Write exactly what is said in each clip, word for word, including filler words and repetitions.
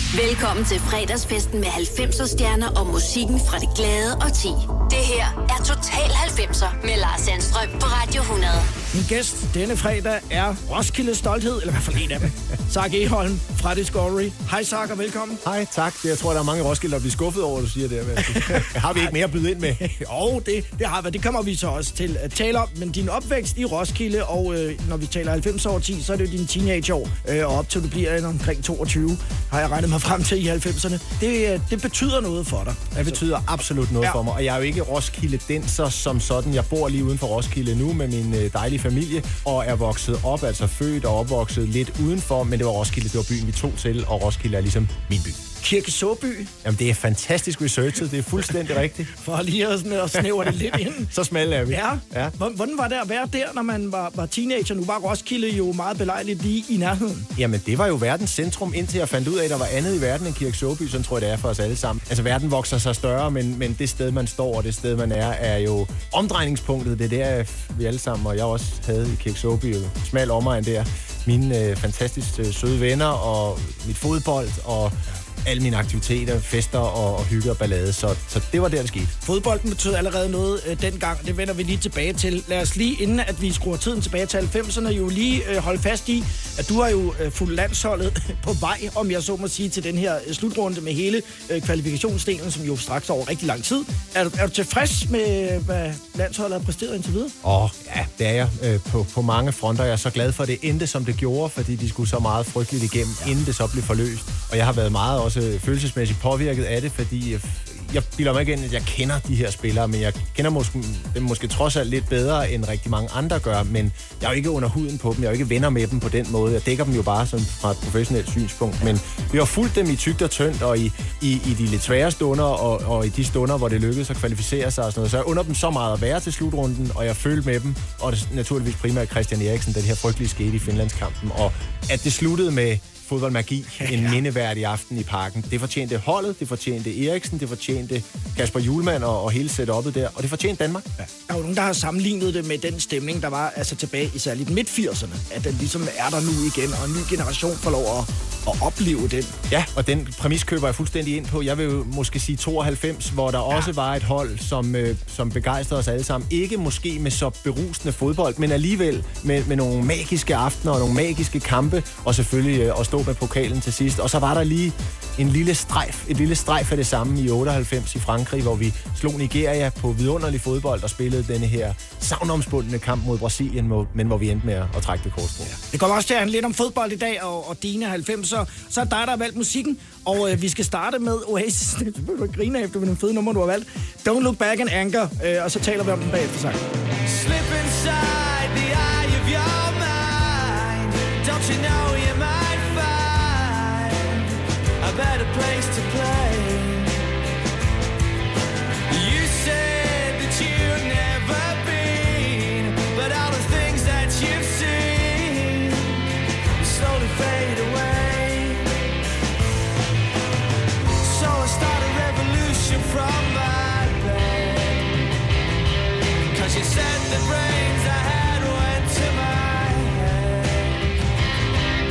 Velkommen til fredagsfesten med halvfemser stjerner og musikken fra det glade og ti. Det her er Total halvfemser med Lars Sandstrøm på Radio hundrede. Min gæst denne fredag er Roskilde Stolthed, eller hvad for en af dem. Zach Egholm fra Discovery. Hej Zach, og velkommen. Hej, tak. Jeg tror, der er mange Roskilde, der bliver skuffet over, at du siger det. Har vi ikke mere at byde ind med? Jo, det, det har vi. Det kommer vi så også til at tale om. Men din opvækst i Roskilde, og øh, når vi taler halvfems år ti, så er det jo dine teenageår. Øh, og op til du bliver omkring toogtyve, har jeg regnet mig frem til i halvfemserne. Det, det betyder noget for dig. Det betyder absolut noget ja. for mig. Og jeg er jo ikke Roskilde-denser som sådan. Jeg bor lige uden for Roskilde nu med min øh, dejlige familie, og er vokset op, altså født og opvokset lidt udenfor, men det var Roskilde, det var byen, vi tog til, og Roskilde er ligesom min by. Kirke Såby. Jamen, det er fantastisk researchet, det er fuldstændig rigtigt. For lige at, sådan, at snævre det lidt ind. Så smalle er vi. Ja. ja. Hvordan var det at være der, når man var, var teenager? Nu var Roskilde jo meget belejligt lige i nærheden. Jamen, det var jo verdens centrum, indtil jeg fandt ud af, at der var andet i verden end Kirke Såby, sådan tror jeg, det er for os alle sammen. Altså, verden vokser sig større, men, men det sted, man står, og det sted, man er, er jo omdrejningspunktet. Det er der, vi alle sammen, og jeg også havde i Kirke Såby, smal omegn der. Mine øh, fantastisk øh, søde venner, og mit fodbold, og alle mine aktiviteter, fester og, og hygge og ballade, så, så det var der, det skete. Fodbolden betød allerede noget øh, dengang, det vender vi lige tilbage til. Lad os lige, inden at vi skruer tiden tilbage til halvfemserne, jo lige øh, holde fast i, at du har jo øh, fulgt landsholdet på vej, om jeg så må sige, til den her øh, slutrunde med hele øh, kvalifikationsdelen, som jo straks over rigtig lang tid. Er du, er du tilfreds med, hvad landsholdet har præsteret indtil videre? Åh, oh, ja, det er jeg øh, på, på mange fronter. Jeg er så glad for, at det endte, som det gjorde, fordi de skulle så meget frygteligt igennem, ja. inden det så blev forløst. Og jeg har været meget også følelsesmæssigt påvirket af det, fordi jeg, jeg bilder mig ikke ind, at jeg kender de her spillere, men jeg kender måske, dem måske trods alt lidt bedre, end rigtig mange andre gør, men jeg er jo ikke under huden på dem, jeg er jo ikke venner med dem på den måde. Jeg dækker dem jo bare som fra et professionelt synspunkt, men vi har fulgt dem i tygt og tyndt, og i, i, i de lidt svære stunder, og, og i de stunder, hvor det lykkedes at kvalificere sig og sådan noget. Så jeg under dem så meget at være til slutrunden, og jeg følte med dem, og det naturligvis primært Christian Eriksen, da det her frygtelige skete i Finlandskampen, og at det sluttede med fodboldmagi, en ja. mindeværdig aften i parken. Det fortjente holdet, det fortjente Eriksen, det fortjente Kasper Hjulmand og, og hele setup'et der, og det fortjente Danmark. Ja. Der er jo nogen, der har sammenlignet det med den stemning, der var altså tilbage i særligt midt-firserne, at den ligesom er der nu igen, og en ny generation får lov at, at opleve den. Ja, og den præmis køber jeg fuldstændig ind på. Jeg vil jo måske sige tooghalvfems, hvor der ja. også var et hold, som, øh, som begejstrede os alle sammen. Ikke måske med så berusende fodbold, men alligevel med, med nogle magiske aftener og nogle magiske kampe, og selvfølgelig øh, at stå med pokalen til sidst. Og så var der lige en lille strejf, et lille strejf af det samme i otteoghalvfems i Frankrig, hvor vi slog Nigeria på vidunderlig fodbold og spillede denne her savnomspundne kamp mod Brasilien, men hvor vi endte med at trække det kortstrå. Ja. Det kommer også til at handle lidt om fodbold i dag, og, og dine halvfemser. Så er dig, der har valgt musikken, og øh, vi skal starte med Oasis. Det burde du grine efter med nogle fede numre, du har valgt. Don't Look Back and Anger, øh, og så taler vi om den bagefter sagt. Slip inside the eye of your mind. Don't you know you might find a better place to play. You said that you've never been, but all the things that you've seen slowly fade away. So I start a revolution from my bed, 'cause you said the brains I had went to my head.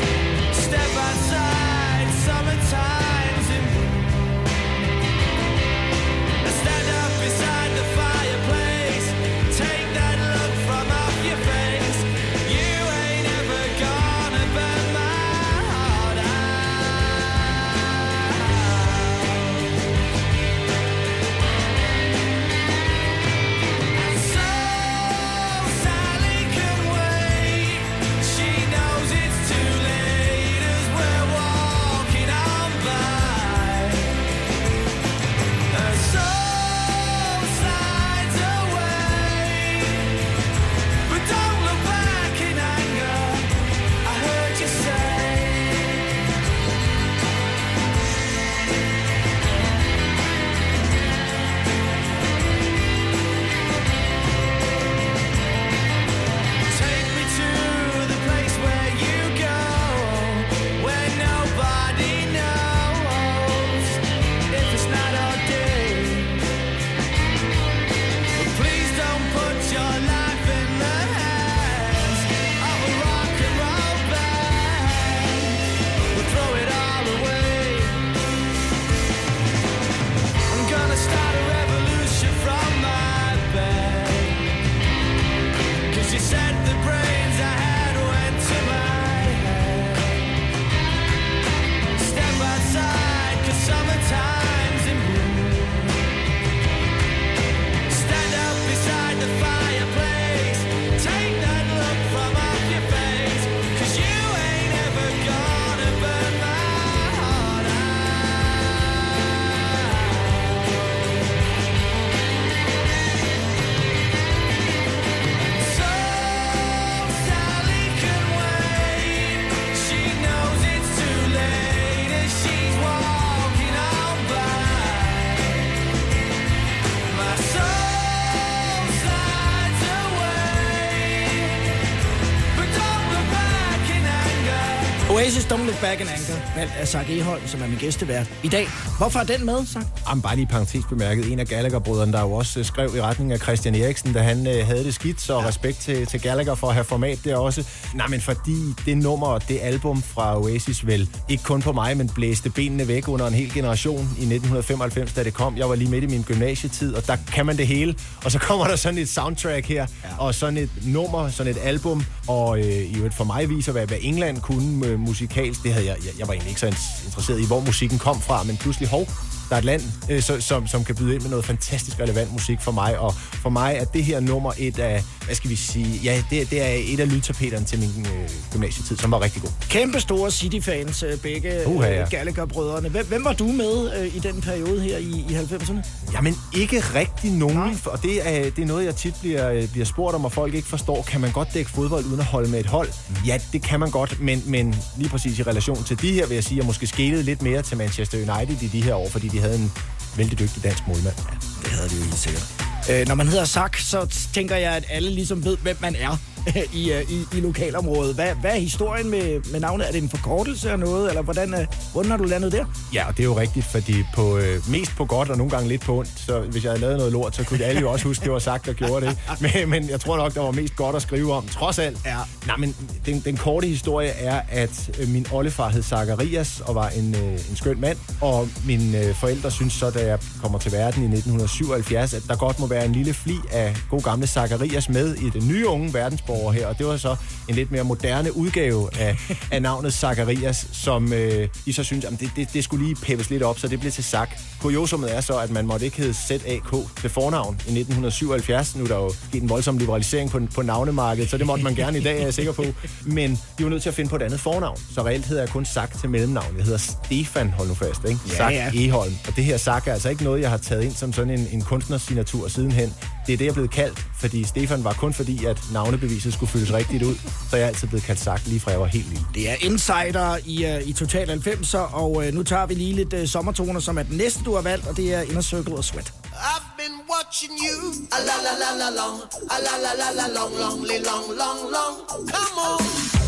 Oasis Don't Look Back in Anger, valgt af Zac Efron, som er min gæstevært i dag. Hvorfor er den med, Zac? Jamen, bare lige parentes bemærket. En af Gallagher-brødrene, der jo også skrev i retning af Christian Eriksen, da han øh, havde det skidt, så ja. respekt til, til Gallagher for at have format der også. Nej, men fordi det nummer og det album fra Oasis vel, ikke kun på mig, men blæste benene væk under en hel generation i nitten femoghalvfems, da det kom. Jeg var lige midt i min gymnasietid, og der kan man det hele. Og så kommer der sådan et soundtrack her, ja. og sådan et nummer, sådan et album, og øh, i øvrigt for mig viser, hvad, hvad England kunne øh, musikalsk. Det havde jeg, jeg, jeg var egentlig ikke så interesseret i, hvor musikken kom fra, men pludselig, hov, der er et land, øh, så, som, som kan byde ind med noget fantastisk relevant musik for mig, og for mig er det her nummer et af, hvad skal vi sige, ja, det, det er et af lydtapeterne til min øh, gymnasietid, som var rigtig god. Kæmpe store City-fans, begge uh, ja. øh, Gallagher-brødrene. Hvem, hvem var du med øh, i den periode her i, i halvfemserne? Jamen, ikke rigtig nogen, og det er, det er noget, jeg tit bliver, bliver spurgt om, og folk ikke forstår. Kan man godt dække fodbold uden at holde med et hold? Ja, det kan man godt, men, men lige præcis i relation til de her, vil jeg sige, at jeg måske skelede lidt mere til Manchester United i de her år, fordi de havde en vældig dygtig dansk målmand. Ja, det havde de jo helt sikkert. Øh, når man hedder Zac, så tænker jeg, at alle ligesom ved, hvem man er i, i, i lokalområdet. Hvad, hvad er historien med, med navnet? Er det en forkortelse af noget, eller hvordan, hvordan har du landet der? Ja, og det er jo rigtigt, fordi på, øh, mest på godt og nogle gange lidt på ondt, så hvis jeg havde lavet noget lort, så kunne alle jo også huske, det var Zac, der gjorde det. Men, men jeg tror nok, der var mest godt at skrive om, trods alt. Ja. Nej, men den, den korte historie er, at øh, min oldefar hed Zacharias og var en, øh, en skøn mand, og mine øh, forældre synes så, da jeg kommer til verden i nitten syvoghalvfjerds, at der godt må være en lille fli af god gamle Zacharias med i den nye unge verdensborger her, og det var så en lidt mere moderne udgave af, af navnet Zacharias, som øh, I så synes, at det, det, det skulle lige peppes lidt op, så det blev til Zac. Kuriosummet er så, at man måtte ikke hedde Z A K til fornavn i nitten syvoghalvfjerds. Nu er der jo sket en voldsom liberalisering på, på navnemarkedet, så det måtte man gerne i dag, er jeg sikker på. Men de var nødt til at finde på et andet fornavn, så reelt hedder jeg kun Zac til mellemnavn. Jeg hedder Stefan, hold nu fast, ikke? Ja, Zac ja. Egholm. Og det her Zac er altså ikke noget, jeg har taget ind som sådan en, en kunstnersignatur sidenhen. Det er det, jeg er blevet kaldt, fordi Stefan var kun fordi, at navnebeviset skulle fyldes rigtigt ud, så jeg er altid blevet kaldt Zac lige fra jeg var helt lille. Det er Insider i, uh, i Total halvfemser, og uh, nu tager vi lige lidt uh, sommertoner, som er den næste, du har valgt, og det er Inner Circle og Sweat. I've been watching you, a la la la la long, a la la la la long, long, long, long, long. Come on,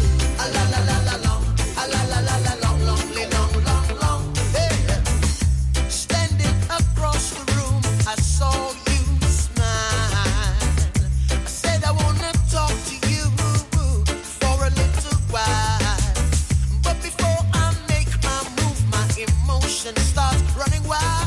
a la la la la long, a la la la la long, long, long, long, long. Hey, standing across the room, I saw you smile. I said I wanna talk to you for a little while, but before I make my move, my emotions start running wild.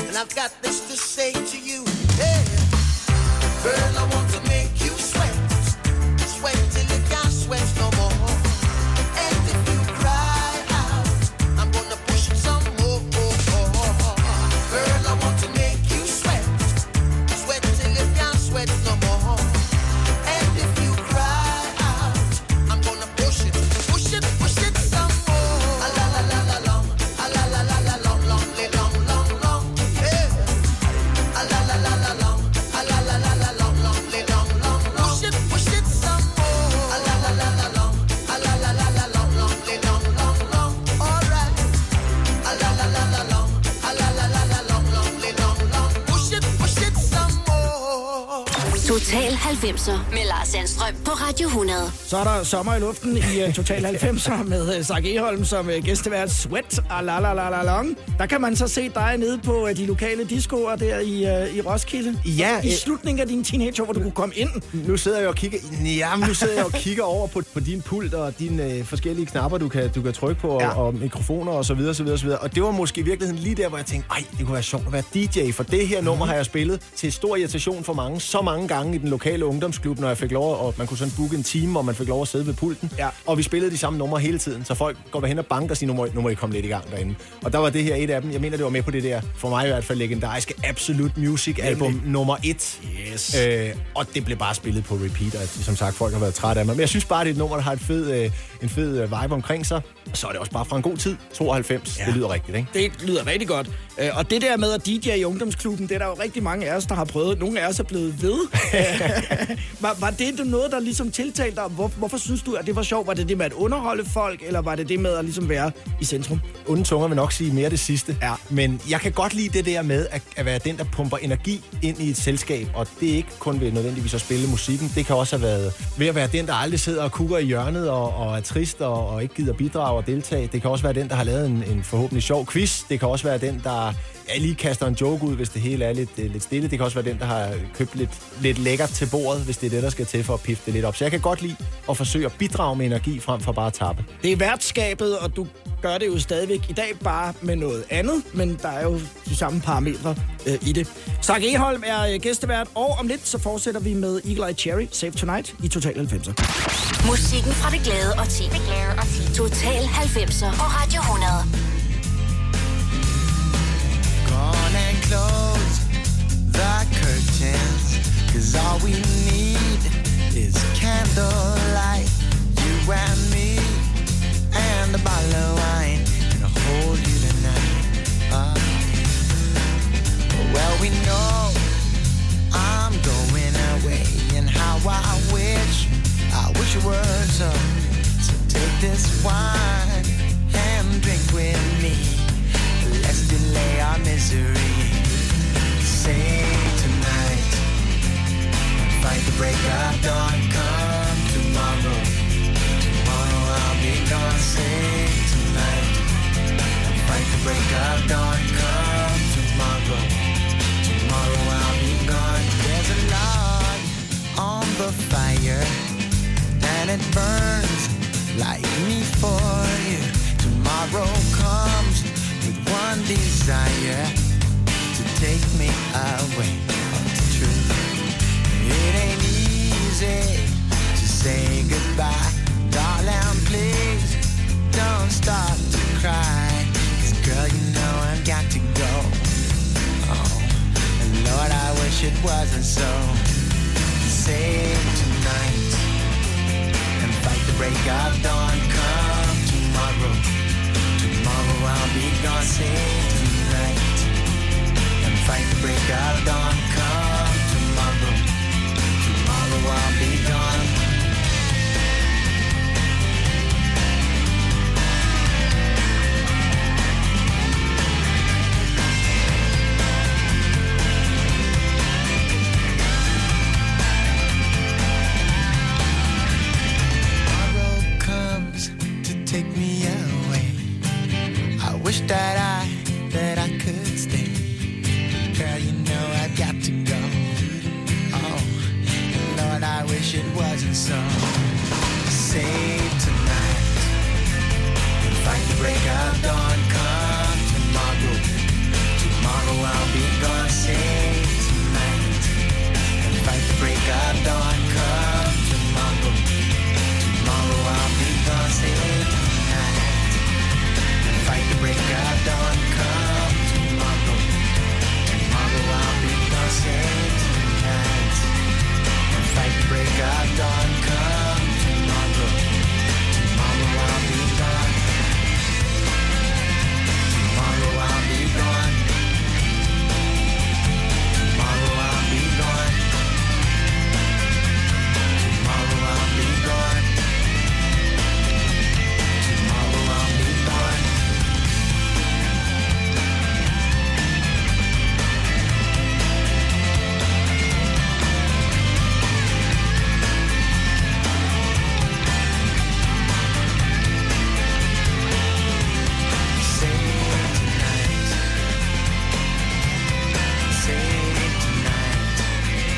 And I've got this to say to you. Hey, girl, I want to make you sweat. Sweat till you can't sweat no more. And if you cry out, I'm gonna push it some more. Girl, I want to make you sweat. Sweat till you can't sweat no more. And if you cry out, I'm gonna push it, push it, push it some more. A la la la la long, a la la la la long, long, long, long, long. Hey. A la la la la long, a la la la la long, long, long, long, long. Push it, push it some more. A la la la la long, a la la la la long, long, long, long, long. All right. A la la la la long, a la la la la long, long, long, long. Push it, push it some more. Total halvfemser med Lars Sandstrøm på Radio hundrede. Så er der sommer i luften i uh, Total halvfemser med uh, Zach Eholm som uh, gæstevært. Sweat, a la la la la long. Der kan man så se dig nede på uh, de lokale discoer der i, uh, i Roskilde. Ja, I øh, slutningen af din teenageår, hvor du kunne komme ind. Nu sidder jeg og kigger, ja, nu sidder jeg og kigger over på, på din pult og dine øh, forskellige knapper, du kan, du kan trykke på, Ja. og, og mikrofoner og så videre, så videre, så videre. Og det var måske i virkeligheden lige der, hvor jeg tænkte, ej, det kunne være sjovt at være D J, for det her nummer har jeg spillet til stor irritation for mange, så mange gange i den lokale ungdomsklub, når jeg fik lov, og man kunne sådan booke en time, hvor man fik lov at sidde ved pulten. Ja. Og vi spillede de samme numre hele tiden, så folk går hen og banker og siger, nu må, nu må I komme lidt i gang derinde. Og der var det her et af dem. Jeg mener, det var med på det der, for mig i hvert fald, legendariske Absolute Music album nummer et. Yes. Øh, og det blev bare spillet på repeat, og som sagt, folk har været trætte af mig. Men jeg synes bare, det er et nummer, der har et fed, øh, en fed øh, vibe omkring sig. Så er det også bare fra en god tid. tooghalvfems, ja. Det lyder rigtigt, ikke? Det lyder rigtig godt. Øh, Og det der med at D J i ungdomsklubben, det er der jo rigtig mange af os, der har prøvet. Nogle af os er blevet ved. var, var det noget, der ligesom tiltalte dig? Hvor, hvorfor synes du, at det var sjovt? Var det det med at underholde folk, eller var det det med at ligesom være i centrum? Onde tunger vil nok sige mere det sidste. Ja. Men jeg kan godt lide det der med at, at være den, der pumper energi ind i et selskab. Og det er ikke kun ved nødvendigvis at spille musikken. Det kan også have været ved at være den, der aldrig sidder og kukker i hjørnet og, og er trist og, og ikke gider bidrage og deltage. Det kan også være den, der har lavet en, en forhåbentlig sjov quiz. Det kan også være den, der ja, lige kaster en joke ud, hvis det hele er lidt, lidt stille. Det kan også være den, der har købt lidt, lidt lækkert til bordet, hvis det er det, der skal til for at pifte det lidt op. Så jeg kan godt lide at forsøge at bidrage med energi frem for bare at tappe. Det er værtskabet, og du gør det jo stadigvæk i dag bare med noget andet, men der er jo de samme parametre øh, i det. Zach Eholm er øh, gæstevært, og om lidt så fortsætter vi med Eagle Eye Cherry, Save Tonight i Total halvfemser. Musikken fra det glade og ti. Total halvfemser på Radio hundrede. Gone and close the curtains, 'cause all we need is candlelight. You and me and a bottle of wine, and I'll hold you tonight. Oh. Well, we know I'm going away, and how I wish, I wish it were so. So take this wine and drink with me. Let's delay our misery. Save tonight, fight the break of dawn. Come tomorrow, tomorrow I'll be gone. Save tonight, fight the break of dawn. Come tomorrow, tomorrow I'll be gone. There's a log on the fire, and it burns like me for you. Tomorrow comes with one desire, to take me away from the truth. It ain't easy to say goodbye, darling, please don't start to cry, 'cause girl, you know I've got to go. Oh, and Lord, I wish it wasn't so. Save tonight and fight the break of dawn. Come tomorrow, tomorrow I'll be gone. Save tonight and fight the break of dawn. Come tomorrow, tomorrow I'll be gone. Tomorrow comes to take me away. I wish that I, that I could stay. Girl, you know I've got to go. Oh, and Lord, I wish it wasn't so. Save tonight and fight the break of dawn. Come tomorrow, tomorrow I'll be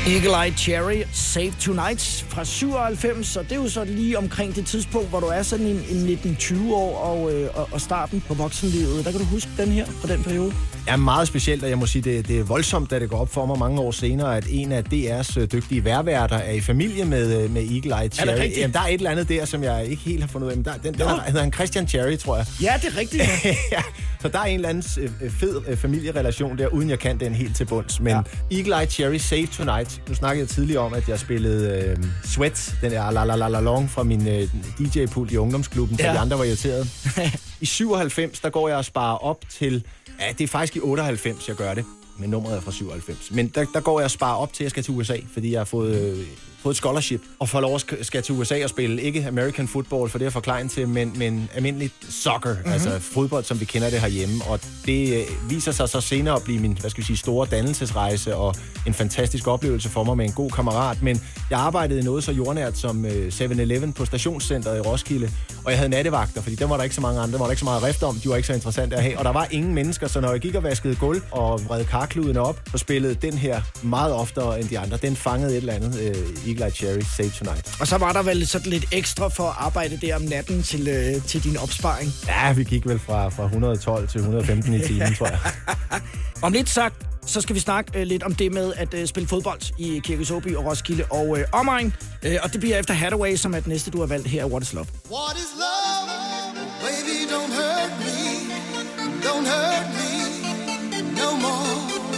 Eagle Eye Cherry, Save Tonight fra syvoghalvfems, og det er jo så lige omkring det tidspunkt, hvor du er sådan en, en nitten tyve år og, øh, og, og starten på voksenlivet. Der kan du huske den her fra den periode? Ja, meget specielt, og jeg må sige, det, det er voldsomt, da det går op for mig mange år senere, at en af D R's dygtige vejrværter er i familie med, med Eagle Eye Cherry. Er det rigtigt? Jamen, der er et eller andet der, som jeg ikke helt har fundet ud af, men der, den, den hedder han Christian Cherry, tror jeg. Ja, det er rigtigt. Ja. Ja, så der er en eller anden fed familierelation der, uden jeg kan den helt til bunds. Men ja. Eagle Eye Cherry, Save Tonight. Nu snakkede jeg tidligere om, at jeg spillede øh, Sweat, den der la la la la long fra min øh, D J-pult i ungdomsklubben, så ja. de andre var irriterede. I syvoghalvfems, der går jeg og sparer op til, ja, det er faktisk i otteoghalvfems, jeg gør det, men nummeret er fra syvoghalvfems. Men der, der går jeg og sparer op til, at jeg skal til U S A, fordi jeg har fået... Øh, fået et scholarship, og får lov at skal til U S A og spille ikke American football, for det er for klein til, men, men almindeligt soccer, mm-hmm. altså fodbold, som vi kender det herhjemme. Og det øh, viser sig så senere at blive min, hvad skal vi sige, store dannelsesrejse og en fantastisk oplevelse for mig med en god kammerat. Men jeg arbejdede i noget så jordnært som øh, syv eleven på stationscenteret i Roskilde, og jeg havde nattevagter, fordi der var der ikke så mange andre, der var der ikke så meget rift om, de var ikke så interessante at have, og der var ingen mennesker, så når jeg gik og vaskede gulv og vred karkludene op, så spillede den her meget oftere end de andre. Den fangede et eller andet øh, Eagle Eye Cherry, Save Tonight. Og så var der vel sådan lidt ekstra for at arbejde der om natten til, øh, til din opsparing? Ja, vi gik vel fra, fra et hundrede og tolv til et hundrede og femten i timen, tror jeg. Om lidt sagt, så skal vi snakke øh, lidt om det med at øh, spille fodbold i Kirke Såby og Roskilde og øh, omegn. Øh, og det bliver efter Hathaway, som er den næste, du har valgt her. What is love? What is love? Baby, don't hurt me. Don't hurt me no more.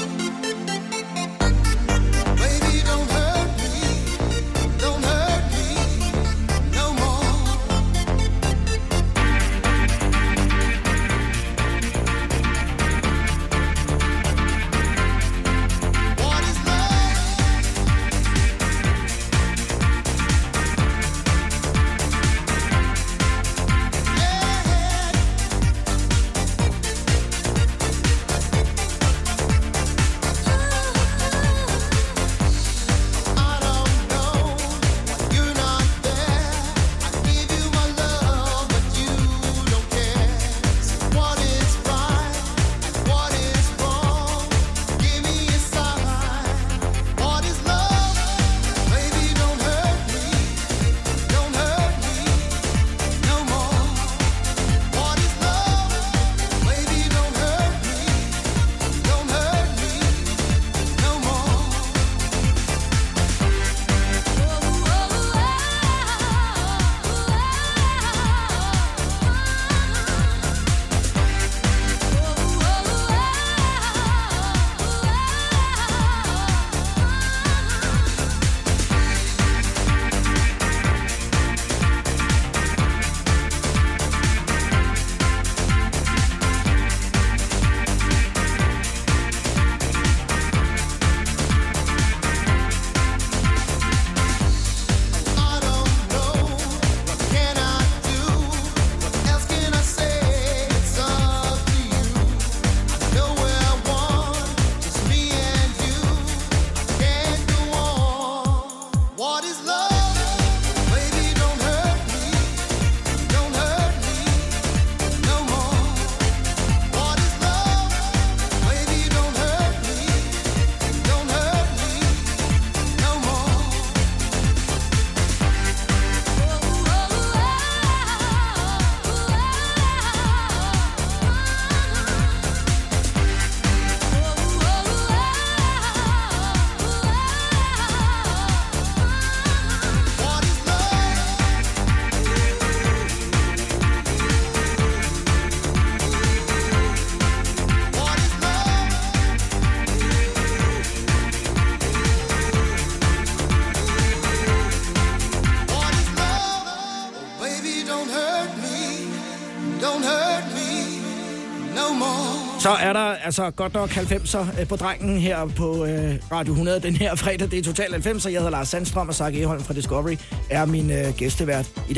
Så er der altså godt nok halvfemser på drengen her på øh, Radio hundrede den her fredag. Det er Total halvfemser. Jeg hedder Lars Sandstrøm, og Sark Egholm fra Discovery er min øh, gæstevært i dag.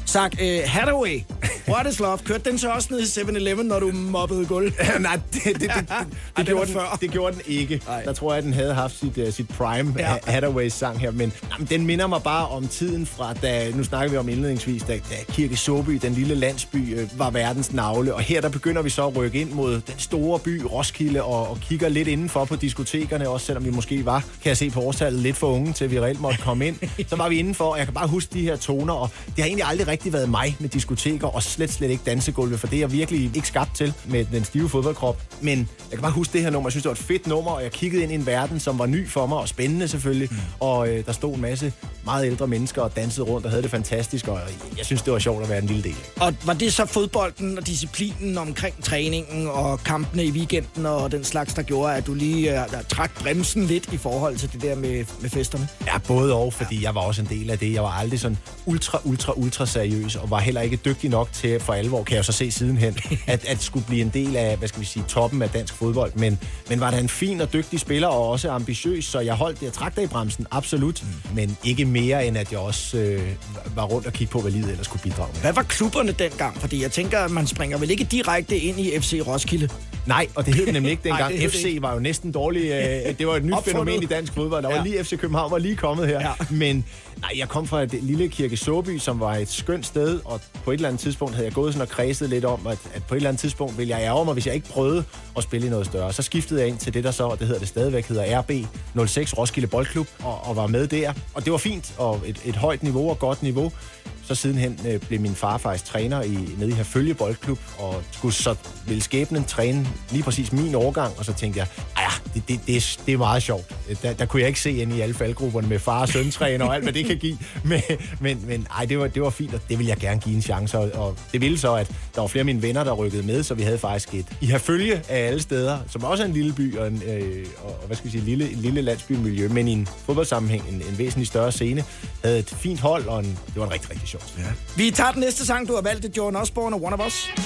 Zach, uh, Hathaway, What is Love, kørte den så også ned i seven eleven, når du mobbede gulv? Nej, det, det, det, det, det, gjorde den, det gjorde den ikke. Ej. Der tror jeg, at den havde haft sit, uh, sit prime, ja. Hathaways sang her. Men jamen, den minder mig bare om tiden fra, da, nu snakker vi om indledningsvis, da, da Kirke Såby, den lille landsby, øh, var verdens navle. Og her der begynder vi så at rykke ind mod den store by, Roskilde, og, og kigger lidt indenfor på diskotekerne, også selvom vi måske var, kan jeg se på årstallet, lidt for unge, til vi reelt måtte komme ind. Så var vi indenfor, og jeg kan bare huske de her toner, og det har egentlig aldrig rigtig været mig med diskoteker, og slet, slet ikke dansegulve, for det er jeg virkelig ikke skabt til med den stive fodboldkrop. Men jeg kan bare huske det her nummer. Jeg synes, det var et fedt nummer, og jeg kiggede ind i en verden, som var ny for mig, og spændende selvfølgelig. Mm. Og øh, der stod en masse meget ældre mennesker og dansede rundt og havde det fantastisk, og jeg synes, det var sjovt at være en lille del. Og var det så fodbolden og disciplinen omkring træningen og kampene i weekenden og den slags, der gjorde, at du lige uh, trak bremsen lidt i forhold til det der med, med festerne? Ja, både og, fordi jeg var også en del af det. Jeg var aldrig sådan ultra, ultra, ultra seriøs, og var heller ikke dygtig nok til for alvor, kan jeg jo så se sidenhen, at, at skulle blive en del af, hvad skal vi sige, toppen af dansk fodbold. Men, men var der en fin og dygtig spiller, og også ambitiøs, så jeg holdt det, jeg trak der i bremsen, absolut. Mm. Men ikke mere, end at jeg også øh, var rundt og kiggede på, hvad livet ellers kunne bidrage med. Hvad var klubberne dengang? Fordi jeg tænker, at man springer vel ikke direkte ind i F C Roskilde? Nej, og det hed nemlig ikke dengang. Ej, F C ikke. Var jo næsten dårlig. Øh, det var et nyt Opfundet. Fænomen i dansk fodbold. Der var ja. lige F C København var lige kommet her. Ja. Men nej, jeg kom fra et lille Kirke Såby, som var et skønt sted, og på et eller andet tidspunkt havde jeg gået sådan og kredset lidt om, at, at på et eller andet tidspunkt ville jeg ærge mig, hvis jeg ikke prøvede at spille i noget større. Så skiftede jeg ind til det, der så, det hedder det stadigvæk, hedder R B nul seks Roskilde Boldklub, og, og var med der. Og det var fint, og et, et højt niveau og godt niveau. Så sidenhen øh, blev min far faktisk træner i, nede i Herfølge Boldklub, og skulle så ville skæbnen træne lige præcis min årgang, og så tænkte jeg, ja, det, det, det, det er meget sjovt. Der, der kunne jeg ikke se ind i alle faldgrupperne med far og søn-træner og alt, hvad det kan give. Men, men, men ej, det var, det var fint, og det ville jeg gerne give en chance. Og, og det ville så, at der var flere af mine venner, der rykkede med, så vi havde faktisk et i Herfølge af alle steder, som også er en lille by og en, øh, og, hvad skal vi sige, lille, en lille landsbymiljø, men i en fodboldsammenhæng, en, en væsentlig større scene, havde et fint hold, og en, det var en rigtig, rigtig sjovt. Ja. Vi tager den næste sang, du har valgt, det er Joan Osborne og One of Us.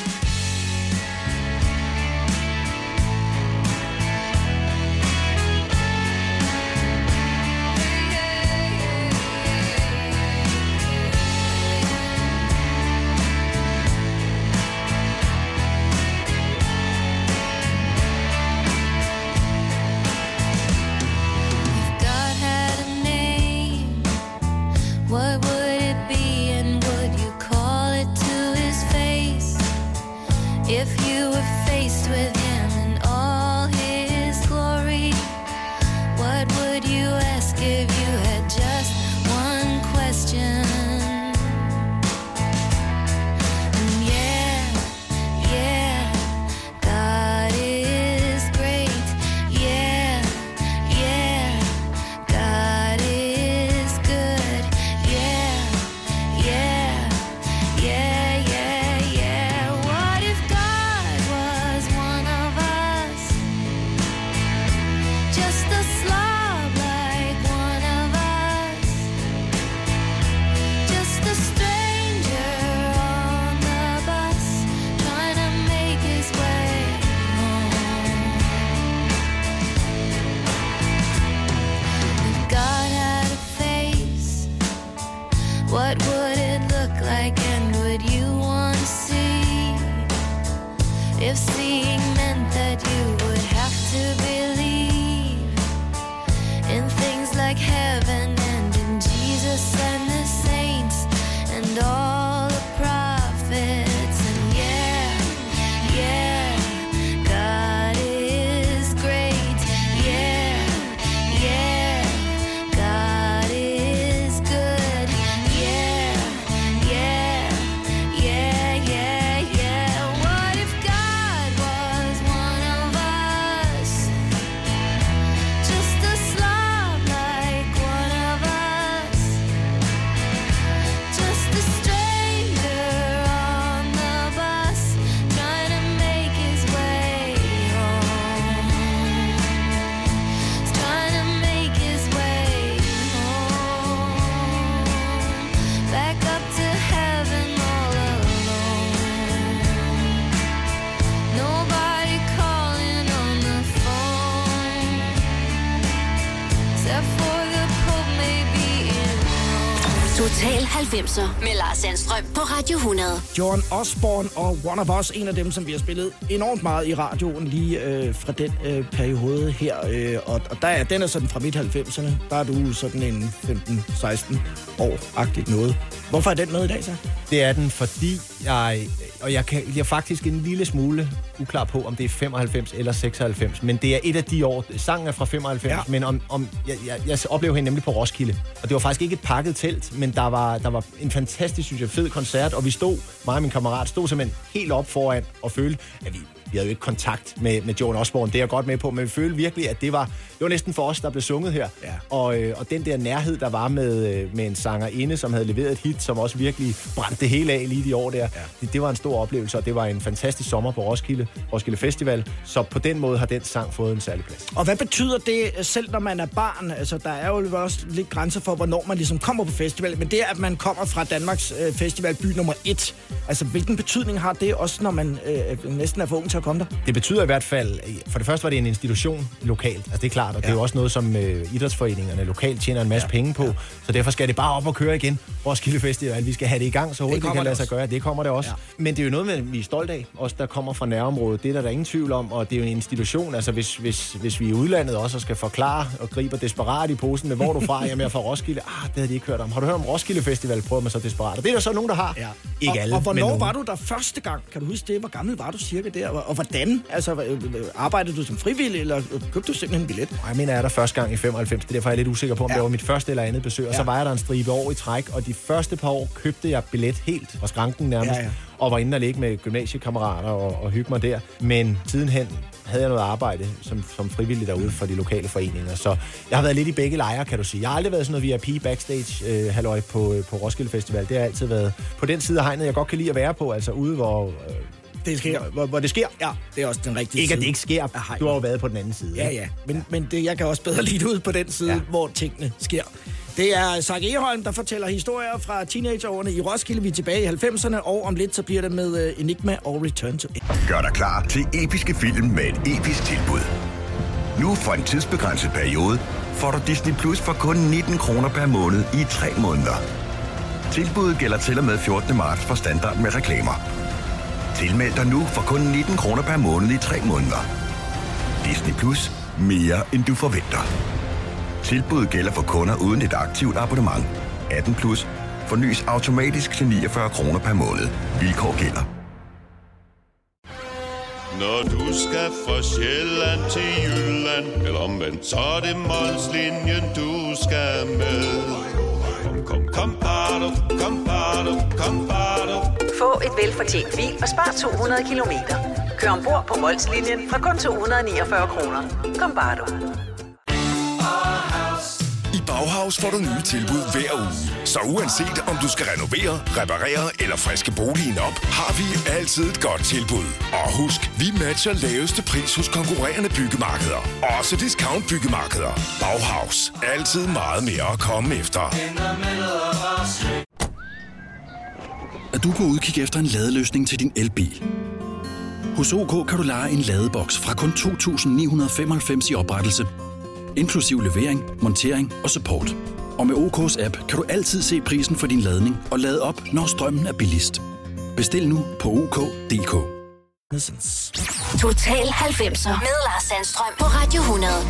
If seeing meant that you would have to believe, Total halvfemser med Lars Sandstrøm på Radio hundrede. John Osborne og One of Us, en af dem, som vi har spillet enormt meget i radioen lige øh, fra den øh, periode her. Øh, og og der er, den er sådan fra midt halvfemserne. Der er du sådan en femten seksten år-agtigt noget. Hvorfor er den med i dag så? Det er den, fordi jeg... Og jeg, kan, jeg er faktisk en lille smule uklar på, om det er femoghalvfems eller seksoghalvfems. Men det er et af de år. Sangen er fra femoghalvfems, ja. men om, om, jeg, jeg, jeg oplevede hende nemlig på Roskilde. Og det var faktisk ikke et pakket telt, men der var, der var en fantastisk, synes jeg, fed koncert. Og vi stod, mig og min kammerat, stod simpelthen helt op foran og følte, at vi... Vi havde jo ikke kontakt med, med John Osborne, det er jeg godt med på, men vi følte virkelig, at det var, det var næsten for os, der blev sunget her. Ja. Og, øh, og den der nærhed, der var med, med en sangerinde, som havde leveret et hit, som også virkelig brændte det hele af lige de år der, ja. det, det var en stor oplevelse, og det var en fantastisk sommer på Roskilde, Roskilde Festival, så på den måde har den sang fået en særlig plads. Og hvad betyder det, selv når man er barn? Altså, der er jo også lidt grænser for, hvornår man ligesom kommer på festival, men det, at man kommer fra Danmarks øh, festivalby nummer et, altså, hvilken betydning har det også, når man øh, næsten er for ung til at komme der? Det betyder i hvert fald, for det første var det en institution lokalt, altså det er klart, og ja. det er jo også noget, som øh, idrætsforeningerne lokalt tjener en masse ja. penge på, ja. så derfor skal det bare op og køre igen. Roskilde Festival, vi skal have det i gang, så hurtigt det kan lade sig gøre. Det kommer det også. Ja. Men det er jo noget, med, vi er stolt af, os der kommer fra nærområdet. Det er der, der er ingen tvivl om, og det er jo en institution. Altså hvis, hvis, hvis vi er i udlandet også skal forklare og griber desperat i posen med, hvor du fra, jamen jeg er fra Roskilde. Ah, det havde de ikke hørt om. Har du hørt om Roskilde Festival? Prøver man så desperat. Og det er der så nogen, der har. Ja. Ikke og, alle, og hvornår var du der første gang? Kan du huske det? Hvor gammel var du cirka der? Og, og hvordan? Altså, arbejdede du som frivillig, eller købte du simpelthen en billet? Jeg mener, jeg er der første gang i femoghalvfems. Det er derfor, jeg er lidt usikker på, om ja. det var mit første eller andet besøg. Og ja. så var jeg der en stribe år i træk, og de første par år købte jeg billet helt fra skranken nærmest. Ja, ja. Og var inde og ligge med gymnasiekammerater og, og hygge mig der. Men sidenhen havde jeg noget arbejde som, som frivillig derude for de lokale foreninger. Så jeg har været lidt i begge lejre, kan du sige. Jeg har aldrig været sådan noget V I P backstage øh, halløj på, på Roskilde Festival. Det har altid været på den side af hegnet, jeg godt kan lide at være på. Altså ude, hvor... Øh, Det sker. Hvor, hvor det sker? Ja, det er også den rigtige ikke, side. Ikke at det ikke sker. Du har jo været på den anden side. Ja, ja. Men, ja. men det, jeg kan også bedre lide ud på den side, ja. hvor tingene sker. Det er Zach Eholm, der fortæller historier fra teenageårene i Roskilde. Vi er tilbage i halvfemserne, og om lidt så bliver det med Enigma og Return to It. Gør dig klar til episke film med et episk tilbud. Nu for en tidsbegrænset periode får du Disney Plus for kun nitten kroner per måned i tre måneder. Tilbuddet gælder til og med fjortende marts for standard med reklamer. Tilmeld dig nu for kun nitten kroner per måned i tre måneder. Disney Plus. Mere end du forventer. Tilbuddet gælder for kunder uden et aktivt abonnement. atten plus. Fornyes automatisk til niogfyrre kroner per måned. Vilkår gælder. Når du skal fra Sjælland til Jylland, eller omvendt, så er det Molslinjen, du skal med. Kom, kom, kom, bado, kom, bado, kom, bado. Få et velfortjent bil og spar to hundrede kilometer. Kør ombord på Molslinjen fra kun to hundrede niogfyrre kroner. Kom, bare du. I Bauhaus får du nye tilbud hver uge. Så uanset om du skal renovere, reparere eller friske boligen op, har vi altid et godt tilbud. Og husk, vi matcher laveste pris hos konkurrerende byggemarkeder. Også discount byggemarkeder. Bauhaus. Altid meget mere at komme efter. Er du på udkig efter en ladeløsning til din elbil? Hos O K kan du leje en ladeboks fra kun to tusind ni hundrede femoghalvfems i oprettelse, inklusiv levering, montering og support. Og med O K's app kan du altid se prisen for din ladning og lade op, når strømmen er billigst. Bestil nu på O K punktum D K. Total halvfemser med Lars Sandstrøm på Radio hundrede.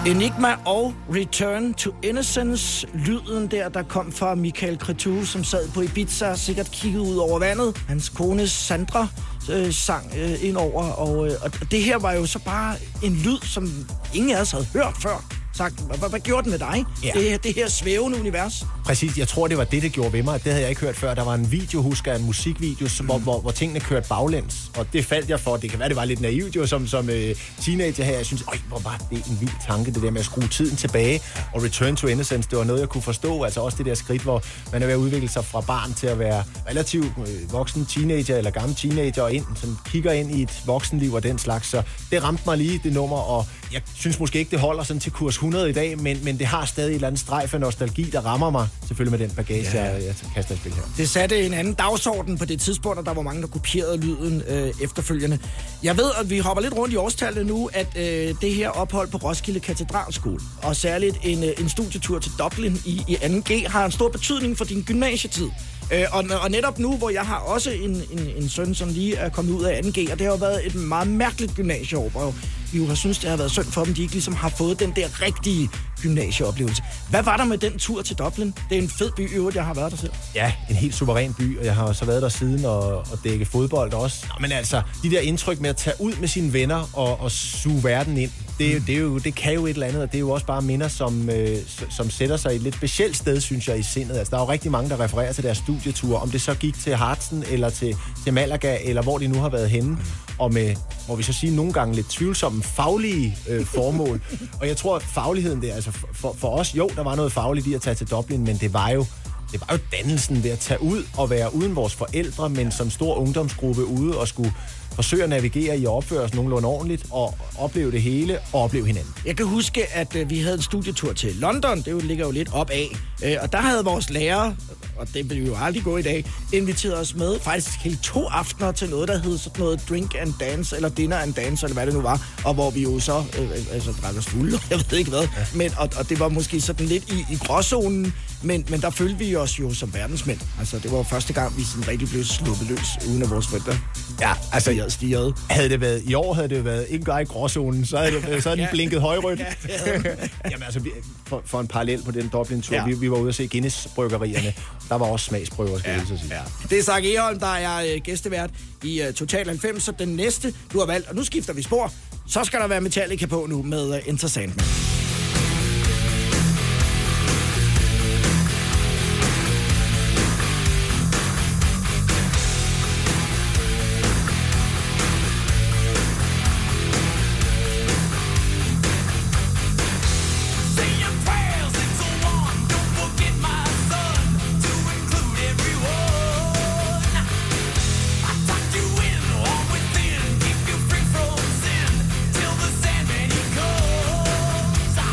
Enigma og Return to Innocence. Lyden der, der kom fra Michael Cretu, som sad på Ibiza og sikkert kiggede ud over vandet. Hans kone Sandra øh, sang øh, ind over, og, øh, og det her var jo så bare en lyd, som ingen af os havde hørt før. Sagt, hvad, hvad gjorde den med dig? Ja. Det, det her svævende univers. Præcis, jeg tror, det var det, det gjorde ved mig. Det havde jeg ikke hørt før. Der var en video, husker jeg, en musikvideo, mm. hvor, hvor, hvor tingene kørte baglæns. Og det faldt jeg for. Det kan være, det var lidt naivt jo, som, som øh, teenager her. Jeg synes, øj, hvor var det en vild tanke, det der med at skrue tiden tilbage. Og Return to Innocence, det var noget, jeg kunne forstå. Altså også det der skridt, hvor man er ved at udvikle sig fra barn til at være relativt øh, voksen teenager eller gammel teenager, og ind, som kigger ind i et voksenliv og den slags. Så det ramte mig lige, det nummer, og jeg synes måske ikke, det holder sådan til kurs hundrede i dag, men, men det har stadig et eller andet strejf af nostalgi, der rammer mig, selvfølgelig med den bagage, ja. jeg, jeg kaster i spil her. Det satte en anden dagsorden på det tidspunkt, og der var mange, der kopierede lyden øh, efterfølgende. Jeg ved, at vi hopper lidt rundt i årstallet nu, at øh, det her ophold på Roskilde Katedralskole, og særligt en, øh, en studietur til Dublin i, i anden G, har en stor betydning for din gymnasietid. Øh, og, og netop nu, hvor jeg har også en, en, en søn, som lige er kommet ud af anden G, og det har jo været et meget mærkeligt gymnasieår, hvor vi jo har synes, det har været synd for dem, de ikke ligesom har fået den der rigtige gymnasieoplevelse. Hvad var der med den tur til Dublin? Det er en fed by i øvrigt, jeg har været der selv. Ja, en helt suveræn by, og jeg har så været der siden og, og dække fodbold også. Nå, men altså, de der indtryk med at tage ud med sine venner og, og suge verden ind, det, det, er jo, det kan jo et eller andet, og det er jo også bare minder, som, øh, som sætter sig i et lidt specielt sted, synes jeg, i sindet. Altså, der er jo rigtig mange, der refererer til deres studieture, om det så gik til Harzen eller til, til Malaga, eller hvor de nu har været henne, og med, hvor vi så siger, nogle gange lidt tvivlsomme faglige øh, formål. Og jeg tror, at fagligheden der, altså for, for os, jo, der var noget fagligt i at tage til Dublin, men det var jo Det var jo dannelsen ved at tage ud og være uden vores forældre, men som stor ungdomsgruppe ude og skulle forsøge at navigere i at opføre os nogenlunde ordentligt og opleve det hele og opleve hinanden. Jeg kan huske, at øh, vi havde en studietur til London. Det jo, ligger jo lidt op af. Øh, og der havde vores lærer, og det vil jo aldrig gå i dag, inviteret os med faktisk hele to aftener til noget, der hed sådan noget drink and dance, eller dinner and dance, eller hvad det nu var. Og hvor vi jo så øh, altså, drak os fulde, jeg ved ikke hvad. Ja. Men, og, og det var måske sådan lidt i, i gråzonen, men, men der følte vi os jo som verdensmænd. Altså, det var jo første gang, vi sådan rigtig blev sluppet løs, uden at vores forældre. Ja, altså, jeg stirrede. Havde det været, i år havde det været ikke bare i gråzonen, så havde, det, så havde den blinket højrødt. Ja, Jamen altså, for, for en parallel på den Dublin-tur, ja. vi, vi var ude at se Guinness-bryggerierne. Der var også smagsprøver, skal ja, jeg så sige. Ja. Det er Zach Egholm, der er øh, gæstevært i uh, Total halvfems, så den næste, du har valgt, og nu skifter vi spor, så skal der være Metallica på nu med uh, Enter Sandman. Till the Sandman he goes.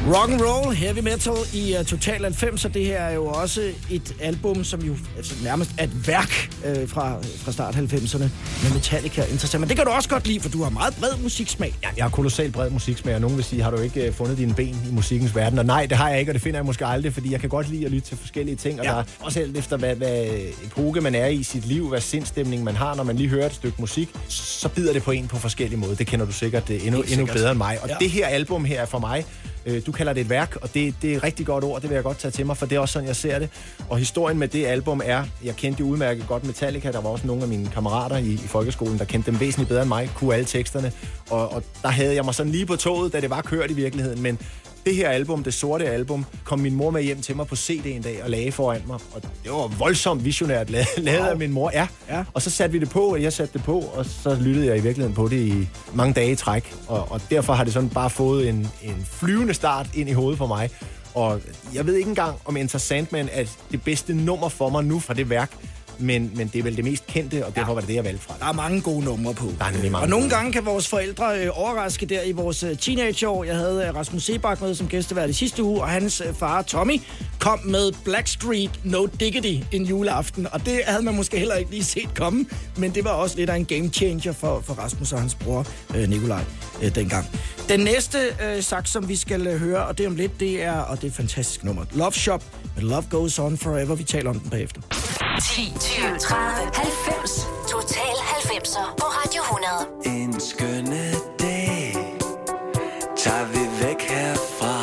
Rock and roll, heavy metal i uh, Total halvfemser. Det her er jo også et album, som jo altså, nærmest er et værk øh, fra, fra start halvfemserne med Metallica. Interessant. Men det kan du også godt lide, for du har meget bred musiksmag. Ja, jeg har kolossalt bred musiksmag, og nogen vil sige, har du ikke uh, fundet dine ben i musikkens verden? Og nej, det har jeg ikke, og det finder jeg måske aldrig, fordi jeg kan godt lide at lytte til forskellige ting. Og ja. Der er også alt efter, hvad, hvad epoke man er i sit liv, hvad sindstemning man har, når man lige hører et stykke musik, så bider det på en på forskellige måder. Det kender du sikkert uh, endnu, endnu bedre end mig. Og ja. Det her album her er for mig, du kalder det et værk, og det, det er et rigtig godt ord, det vil jeg godt tage til mig, for det er også sådan, jeg ser det. Og historien med det album er, jeg kendte jo udmærket godt Metallica, der var også nogle af mine kammerater i, i folkeskolen, der kendte dem væsentligt bedre end mig, kunne alle teksterne, og, og der havde jeg mig sådan lige på toget, da det var kørt i virkeligheden, men det her album, det sorte album, kom min mor med hjem til mig på C D en dag og lagde foran mig, og det var voldsomt visionært lavet, lavet wow. af min mor, ja. ja. Og så satte vi det på, og jeg satte det på, og så lyttede jeg i virkeligheden på det i mange dage i træk, og, og derfor har det sådan bare fået en, en flyvende start ind i hovedet for mig. Og jeg ved ikke engang, om Enter Sandman er det bedste nummer for mig nu fra det værk, Men, men det er vel det mest kendte, og derfor ja. var det det, jeg valgte fra. Der er mange gode numre på. Der er nemlig mange og nogle gode. gange kan vores forældre øh, overraske der i vores øh, teenageår. Jeg havde øh, Rasmus Sebak med som gæstevært i sidste uge, og hans øh, far Tommy kom med Blackstreet No Diggity en juleaften. Og det havde man måske heller ikke lige set komme, men det var også lidt af en game changer for, for Rasmus og hans bror øh, Nikolaj øh, dengang. Den næste øh, saks, som vi skal øh, høre, og det om lidt, det er, og det er et fantastisk nummer, Love Shop med Love Goes On Forever. Vi taler om den bagefter. ti, tyve, tredive, halvfems. Total halvfemser på Radio hundrede. En skønne dag tager vi væk herfra.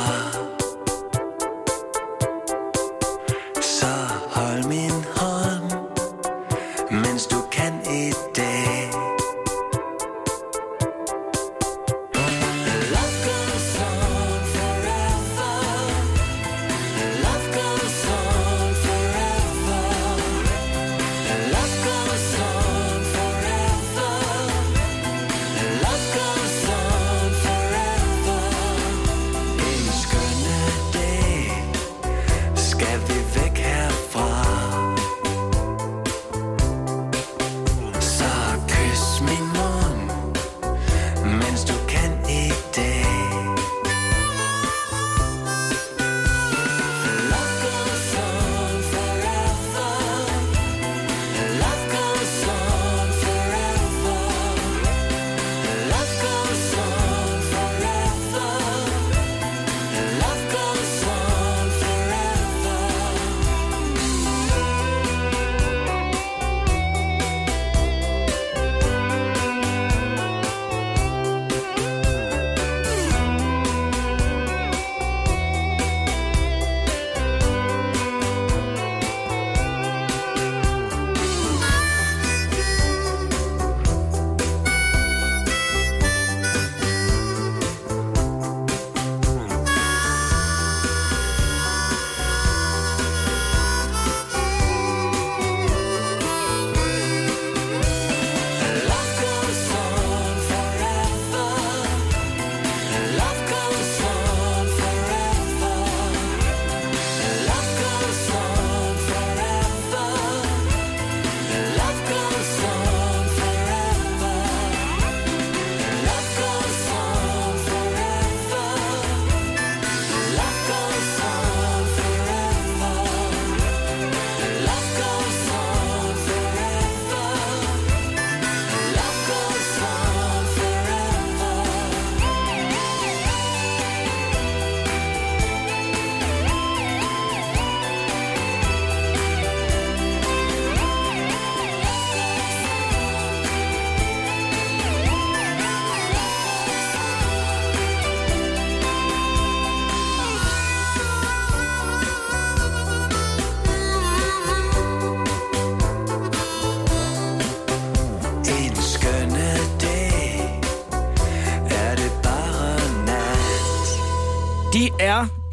Så hold min hånd, mens du kan i dag.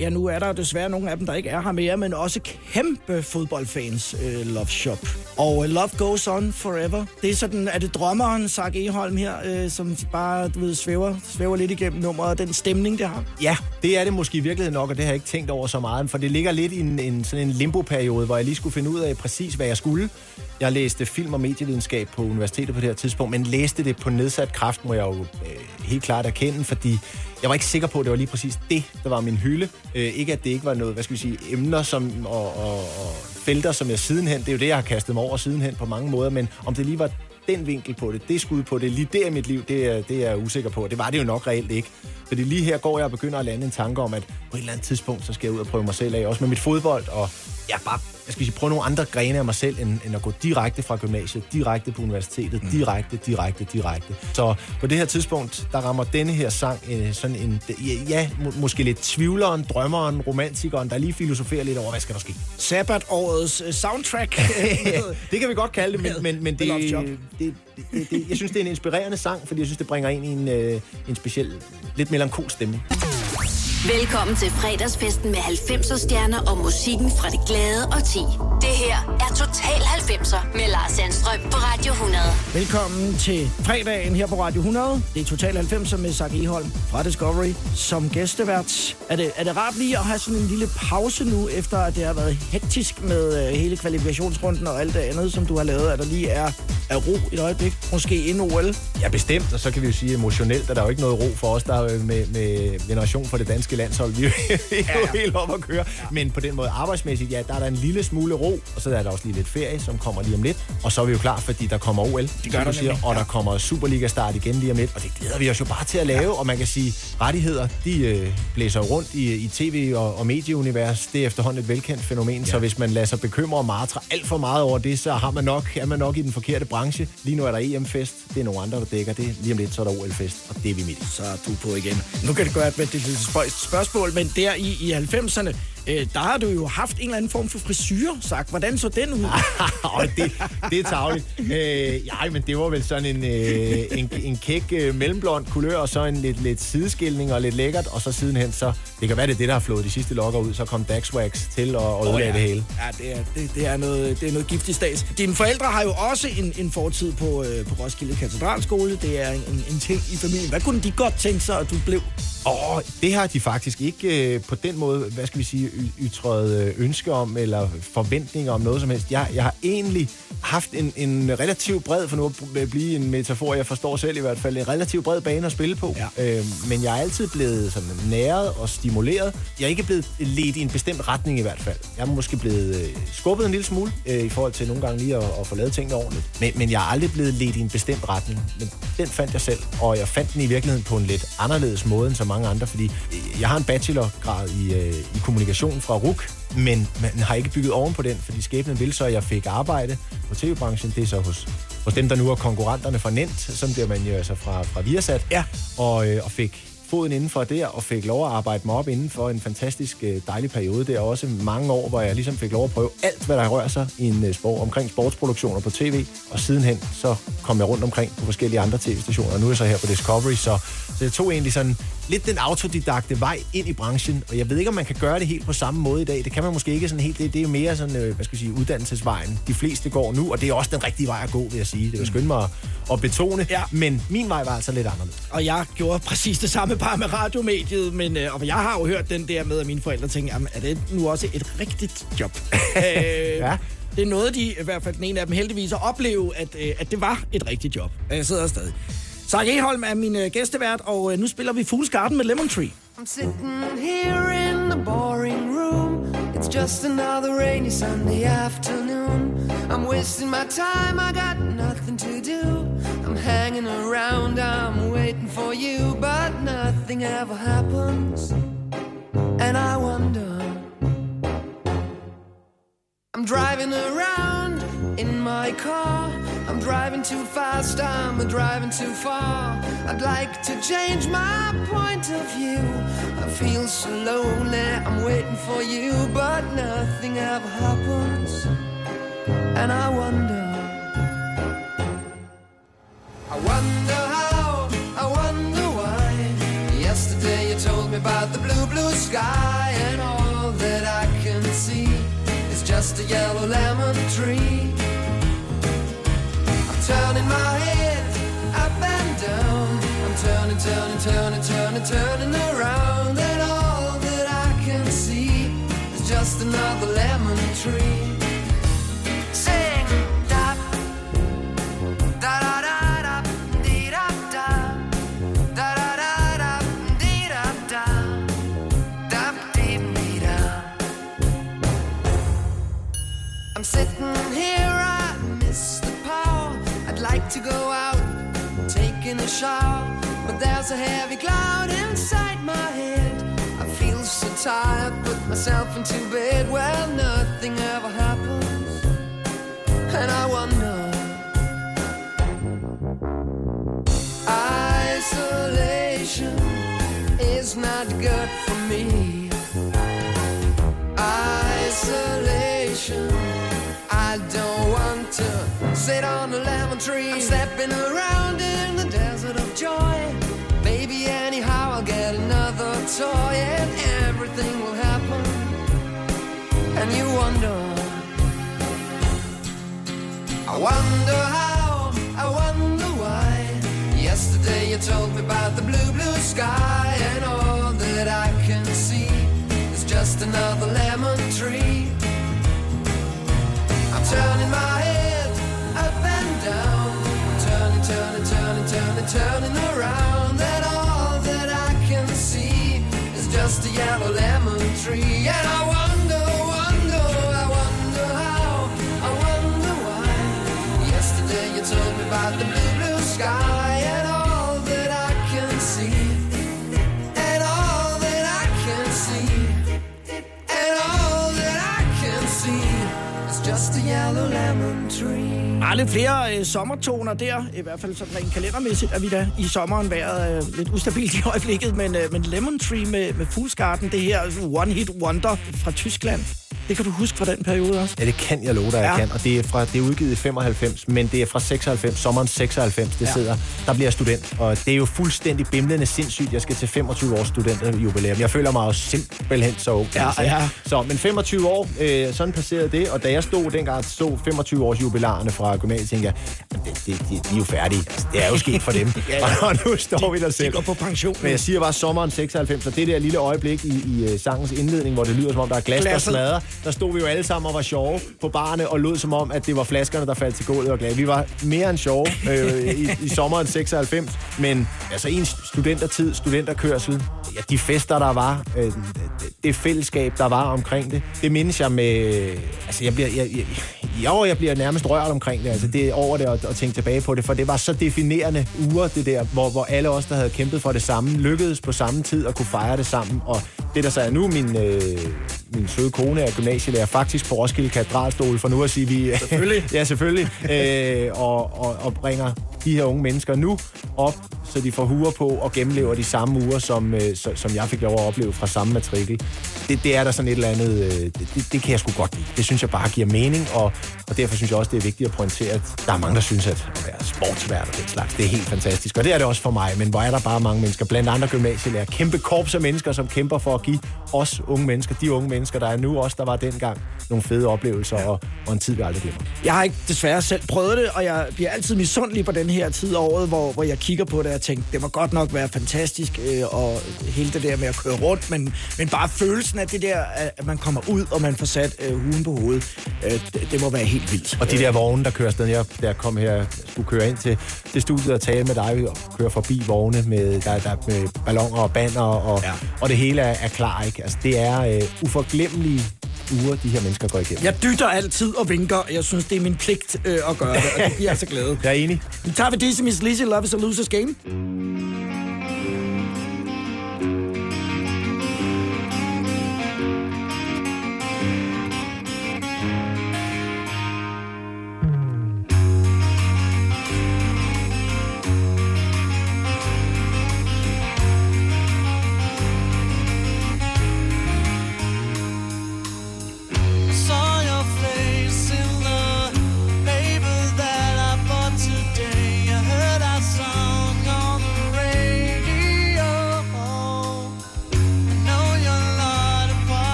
Ja, nu er der desværre nogle af dem, der ikke er her mere, men også kæmpe fodboldfans, øh, Love Shop. Og øh, Love Goes On Forever. Det er sådan, er det drømmeren, Zach Egholm her, øh, som bare, du ved, svæver, svæver lidt igennem nummeret, og den stemning, det har? Ja, det er det måske i virkeligheden nok, og det har jeg ikke tænkt over så meget, for det ligger lidt i en, en, sådan en limbo-periode, hvor jeg lige skulle finde ud af præcis, hvad jeg skulle. Jeg læste film- og medievidenskab på universitetet på det her tidspunkt, men læste det på nedsat kraft, må jeg jo øh, helt klart erkende, fordi jeg var ikke sikker på, at det var lige præcis det, der var min hylde. Øh, ikke at det ikke var noget, hvad skal vi sige, emner som, og, og, og felter, som jeg sidenhen, det er jo det, jeg har kastet mig over sidenhen på mange måder, men om det lige var den vinkel på det, det skud på det, lige der i mit liv, det er, det er jeg usikker på. Det var det jo nok reelt ikke. Fordi lige her går jeg og begynder at lande en tanke om, at på et eller andet tidspunkt, så skal jeg ud og prøve mig selv af, også med mit fodbold, og ja, bare, jeg skal sige, prøve nogle andre grene af mig selv, end, end at gå direkte fra gymnasiet, direkte på universitetet, mm. direkte, direkte, direkte. Så på det her tidspunkt, der rammer denne her sang øh, sådan en, ja, ja må, måske lidt tvivleren, drømmeren, romantikeren, der lige filosoferer lidt over, hvad skal der ske? Sabbat-årets uh, soundtrack. Det kan vi godt kalde det, men, men, men det, det, det, det, det, jeg synes, det er en inspirerende sang, fordi jeg synes, det bringer ind i en, øh, en speciel, lidt melankolsk stemning. Velkommen til fredagsfesten med halvfemser stjerner og musikken fra det glade og ti. Det her er Total halvfemser med Lars Sandstrøm på Radio hundrede. Velkommen til fredagen her på Radio hundrede. Det er Total halvfemser med Zach Egholm fra Discovery som gæstevært. Er det, er det rart lige at have sådan en lille pause nu, efter at det har været hektisk med uh, hele kvalifikationsrunden og alt det andet, som du har lavet, at der lige er, er ro i et øjeblik? Måske inden O L? Ja, bestemt, og så kan vi jo sige emotionelt, at der er jo ikke noget ro for os, der er med, med veneration for det danske landshold. Vi er jo ja, ja. helt op at køre. Ja. Men på den måde arbejdsmæssigt, ja, der er der en lille smule ro, og så er der også lige lidt ferie, som kommer lige om lidt. Og så er vi jo klar, fordi der kommer O L, det gør der siger, og der kommer Superliga-start igen lige om lidt, og det glæder vi os jo bare til at lave. Ja. Og man kan sige, rettigheder, de øh, blæser rundt i, i tv- og, og medieunivers. Det er efterhånden et velkendt fænomen, ja. Så hvis man lader sig bekymre og martre alt for meget over det, så har man nok, er man nok i den forkerte branche. Lige nu er der E M-fest, det er nogle andre, der dækker det. Lige om lidt, så er der O L-fest, og det er vi midt i. Så er du på igen. Nu kan det gøre, at det er et spøjst spørgsmål, men der i, i halvfemserne, øh, der har du jo haft en eller anden form for frisyr, sagt. Hvordan så den ud? det, det er tarveligt. Øh, ja, men det var vel sådan en, øh, en, en kæk øh, mellemblond kulør, og så en lidt, lidt sideskilning og lidt lækkert, og så sidenhen, så det kan være, det er det, der har flået de sidste lokker ud, så kom Daxwax til og, og ødelagde oh, ja. det hele. Ja, det er, det, det er noget, det er noget giftig stads. Dine forældre har jo også en, en fortid på, øh, på Roskilde Katedralskole. Det er en, en ting i familien. Hvad kunne de godt tænke sig, at du blev? Åh, oh, det har de faktisk ikke øh, på den måde, hvad skal vi sige, ytret øh, ønske om, eller forventninger om noget som helst. Jeg, jeg har egentlig haft en, en relativt bred, for nu at blive en metafor, jeg forstår selv i hvert fald, en relativt bred bane at spille på. Ja. Øh, men jeg er altid blevet sådan næret og stimuleret. Jeg er ikke blevet ledt i en bestemt retning i hvert fald. Jeg er måske blevet øh, skubbet en lille smule, øh, i forhold til nogle gange lige at, at få lavet tingene ordentligt. Men, men jeg er aldrig blevet ledt i en bestemt retning. Men den fandt jeg selv, og jeg fandt den i virkeligheden på en lidt anderledes måde end så mange andre, fordi jeg har en bachelorgrad i, øh, i kommunikation fra R U C, men man har ikke bygget oven på den, fordi skæbnen vil så, at jeg fik arbejde på tv-branchen. Det er så hos, hos dem, der nu er konkurrenterne fra Nent, som bliver man jo altså fra, fra Viasat, ja. og, øh, og fik foden indenfor der, og fik lov at arbejde mig op inden for en fantastisk øh, dejlig periode. Det er også mange år, hvor jeg ligesom fik lov at prøve alt, hvad der rører sig i en øh, sport, omkring sportsproduktioner på tv, og sidenhen så kom jeg rundt omkring på forskellige andre tv-stationer, og nu er jeg så her på Discovery, så, så jeg tog egentlig sådan lidt den autodidakte vej ind i branchen, og jeg ved ikke, om man kan gøre det helt på samme måde i dag. Det kan man måske ikke sådan helt. Det, det er jo mere sådan, øh, hvad skal jeg sige, uddannelsesvejen. De fleste går nu, og det er også den rigtige vej at gå, vil jeg sige. Det vil skynde mig at betone, ja. Men min vej var altså lidt anderledes. Og jeg gjorde præcis det samme bare med radiomediet, men øh, og jeg har jo hørt den der med, at mine forældre tænker, jamen, er det nu også et rigtigt job? øh, ja. Det er noget, de, i hvert fald den ene af dem heldigvis, at opleve, at, øh, at det var et rigtigt job. Jeg sidder stadig. Zach Egholm er min øh, gæstevært, og øh, nu spiller vi Fool's Garden med Lemon Tree. I'm sitting here in the boring room. It's just another rainy Sunday afternoon. I'm wasting my time, I got nothing to do. I'm hanging around, I'm waiting for you, but nothing ever happens. And I wonder, I'm driving around in my car. I'm driving too fast, I'm driving too far. I'd like to change my point of view. I feel so lonely, I'm waiting for you, but nothing ever happens. And I wonder, I wonder how, I wonder why. Yesterday you told me about the blue, blue sky, and just a yellow lemon tree. I'm turning my head up and down. I'm turning, turning, turning, turning, turning around, and all that I can see is just another lemon tree. Sing da da da da da dee da da da da da da dee da da da dee dee da. I'm sitting here, I miss the power. I'd like to go out, taking a shower, but there's a heavy cloud inside my head. I feel so tired, put myself into bed. Well, nothing ever happens, and I wonder. Isolation is not good for me. Isolation, I don't want to sit on a lemon tree. I'm stepping around in the desert of joy. Maybe anyhow I'll get another toy, and everything will happen. And you wonder, I wonder how, I wonder why. Yesterday you told me about the blue, blue sky, and all that I can see is just another lemon tree. I'm turning my head up and down. I'm turning, turning, turning, turning, turning around, and all that I can see is just a yellow lemon tree. And I wonder, wonder, I wonder how, I wonder why. Yesterday you told me about the blue, blue sky, and all that I can see, and all that I can see, and all that I can see is just a yellow lemon tree. Der er lidt flere øh, sommertoner der, i hvert fald sådan rent kalendermæssigt, er vi da i sommeren været øh, lidt ustabilt i øjeblikket, men, øh, men Lemon Tree med, med Fool's Garden, det her One Hit Wonder fra Tyskland, det kan du huske fra den periode også? Ja, det kan jeg love dig, jeg ja. kan, og det er, fra, det er udgivet i femoghalvfems, men det er fra seksoghalvfems, sommeren seksoghalvfems, det ja. sidder, der bliver jeg student, og det er jo fuldstændig bimlende sindssygt, jeg skal til femogtyve års studenterjubilæum. Jeg føler mig jo simpelthen så ung. Ja, ja. Så, men femogtyve år, øh, sådan passerede det, og da jeg stod dengang, så femogtyve års jubilarerne fra gymnasiet, tænkte jeg, det, det, de, de er jo færdige. Altså, det er jo sket for dem. ja, ja. Og nu står de, vi der selv. De går på pension. Men jeg siger bare sommeren seksoghalvfems, og det der lille øjeblik i, i sangens indledning, hvor det lyder som om, der er glas, der smadrer, der stod vi jo alle sammen og var sjove på barne, og lød som om, at det var flaskerne, der faldt til gulvet og glas. Vi var mere end sjove øh, i, i sommeren seksoghalvfems, men altså en studentertid, studenterkørsel, ja, de fester, der var, øh, det, det fællesskab, der var omkring det, det mindes jeg med, altså jeg bliver, jeg, jeg, jeg, jeg bliver nærmest rørt omkring det, altså det er over det at, at tænke tilbage på det, for det var så definerende uger, det der, hvor, hvor alle os, der havde kæmpet for det samme, lykkedes på samme tid og kunne fejre det sammen, og det der så er nu, min, øh, min søde kone er gymnasielærer, faktisk på Roskilde Katedralstol, for nu at sige, vi... Selvfølgelig. ja, selvfølgelig. Øh, og, og, og bringer de her unge mennesker nu op, så de får huer på og gennemlever de samme uger, som, øh, så, som jeg fik lov at opleve fra samme matrikel. Det, det er der sådan et eller andet... Øh, det, det kan jeg sgu godt lide. Det synes jeg bare giver mening, og, og derfor synes jeg også, det er vigtigt at pointere, at der er mange, der synes, at at være sportsvært og den slags, det er helt fantastisk. Og det er det også for mig, men hvor er der bare mange mennesker, blandt andre gymnasielærer, kæmpe korps af mennesker, som kæmper for at give os unge mennesker, de unge mennesker, der er nu også, der var dengang, nogle fede oplevelser og, og en tid, vi aldrig glemmer. Jeg har ikke desværre selv prøvet det, og jeg bliver altid misundelig på den her tid af året, hvor, hvor jeg kigger på det og tænker, det må godt nok være fantastisk, øh, og hele det der med at køre rundt, men, men bare følelsen af det der, at man kommer ud, og man får sat øh, huen på hovedet, øh, det, det må være helt vildt. Og de der vogne, der kører afsted, jeg, da jeg kom her, skulle køre ind til, til studiet og tale med dig, og køre forbi vogne med, der, der, med balloner og banner, og, ja. og det hele er, er klar, ikke? Altså, det er øh, uforglemmelige uger, de her mennesker går igennem. Jeg dytter altid og vinker, og jeg synes, det er min pligt øh, at gøre det, og det bliver jeg så glad. Jeg er enig. Nu tager vi Dizzy Miss Lizzy, Love is a Loser's Game. Today I heard our song on the radio.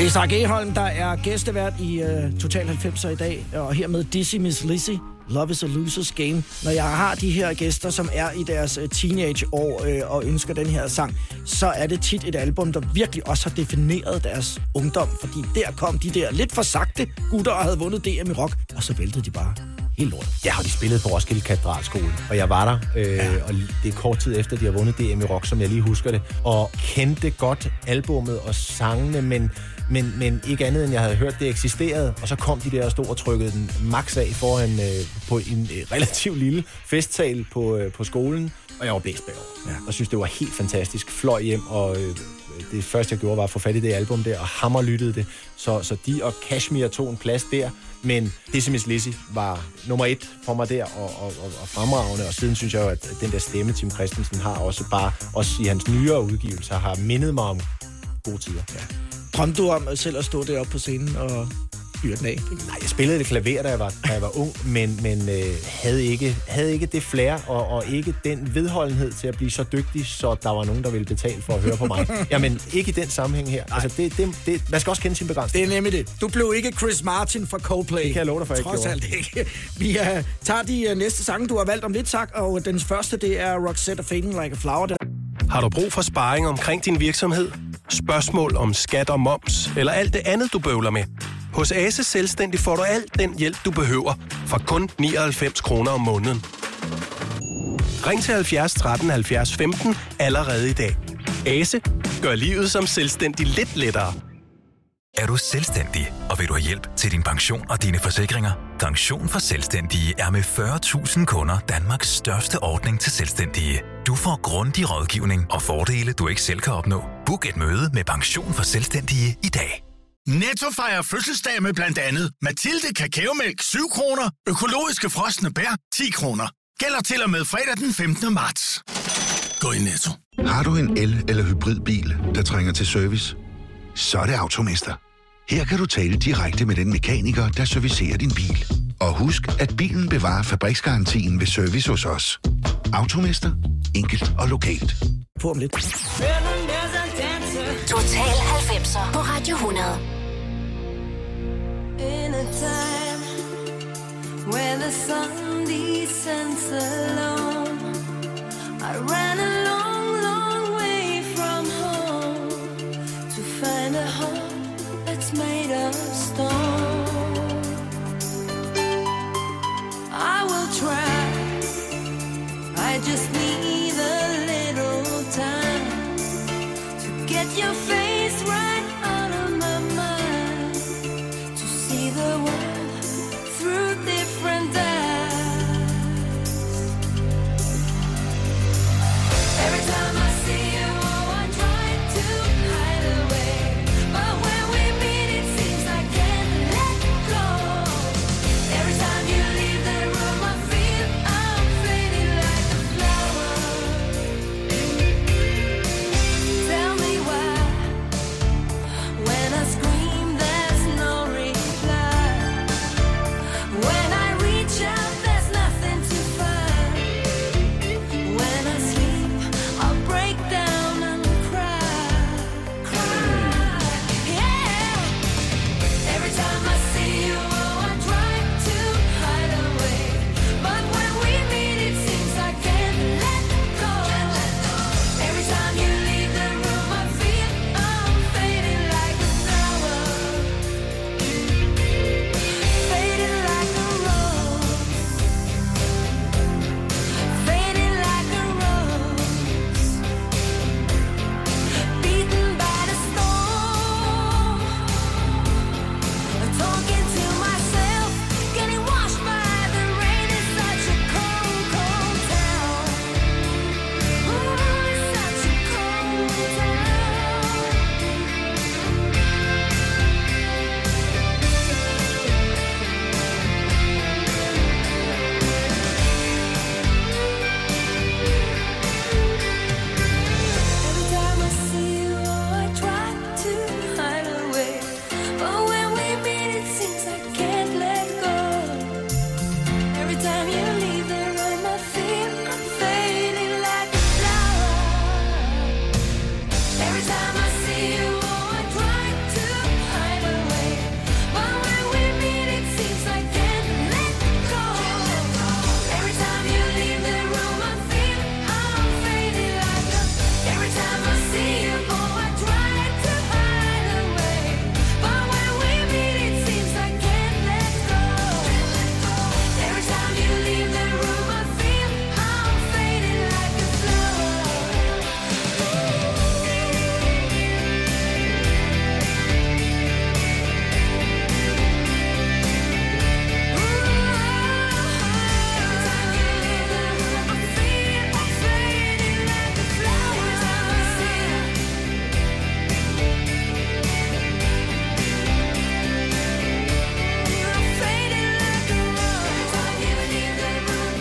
Det er Sark Egholm, der er gæstevært i uh, Total halvfemser i dag, og hermed Dizzy Miss Lizzy. Love is a loser's game. Når jeg har de her gæster, som er i deres teenageår øh, og ønsker den her sang, så er det tit et album, der virkelig også har defineret deres ungdom. Fordi der kom de der lidt for sagte gutter og havde vundet D M i rock, og så væltede de bare helt lort. Ja, og de spillede på Roskilde Katedralskole, og jeg var der, øh, ja. og det er kort tid efter, de har vundet D M i rock, som jeg lige husker det, og kendte godt albummet og sangene, men Men, men ikke andet end jeg havde hørt, det eksisterede. Og så kom de der og stod og trykkede den max af foran øh, på en øh, relativt lille festsal på, øh, på skolen. Og jeg var blæst bagover. Ja. Og synes, det var helt fantastisk. Fløj hjem, og øh, det første, jeg gjorde, var at få fat i det album der, og hammerlyttede det. Så, så de og Kashmir tog en plads der. Men Dizzy Miss Lizzy var nummer et for mig der, og, og, og, og fremragende. Og siden synes jeg jo, at den der stemme, Tim Christensen har også bare, også i hans nyere udgivelser, har mindet mig om gode tider. Ja. Drømte du om selv at stå deroppe på scenen og fyre den af? Nej, jeg spillede det klaver, da jeg var, da jeg var ung, men, men øh, havde, ikke, havde ikke det flair og, og ikke den vedholdenhed til at blive så dygtig, så der var nogen, der ville betale for at høre på mig. Jamen, ikke i den sammenhæng her. Altså, det, det, det, man skal også kende sin begrænsning. Det er nemlig det. Du blev ikke Chris Martin fra Coldplay. Det kan jeg love dig for, Trods alt ikke. Vi uh, tager de uh, næste sange, du har valgt om lidt, tak, og den første, det er Roxette og Fading Like a Flower. Har du brug for sparring omkring din virksomhed? Spørgsmål om skat og moms, eller alt det andet, du bøvler med? Hos Ase Selvstændig får du alt den hjælp, du behøver, for kun nioghalvfems kroner om måneden. Ring til halvfjerds tretten halvfjerds femten allerede i dag. Ase gør livet som selvstændig lidt lettere. Er du selvstændig, og vil du have hjælp til din pension og dine forsikringer? Pension for Selvstændige er med fyrre tusind kunder Danmarks største ordning til selvstændige. Du får grundig rådgivning og fordele, du ikke selv kan opnå. Book et møde med Pension for Selvstændige i dag. Netto fejrer fødselsdag med blandt andet Mathilde Kakaomælk syv kroner, økologiske frosne bær ti kroner. Gælder til og med fredag den femtende marts. Gå i Netto. Har du en el- eller hybridbil, der trænger til service? Så er det Automester. Her kan du tale direkte med den mekaniker, der servicerer din bil. Og husk, at bilen bevarer fabriksgarantien ved service hos os. Automester. Enkelt og lokalt. På om lidt. Total halvfemser på Radio hundrede. In a time where the sun descends alone, I ran a long, long way from home to find a home that's made of stone. I will try, I just need a little time to get your face right out of my mind, to see the world through different eyes.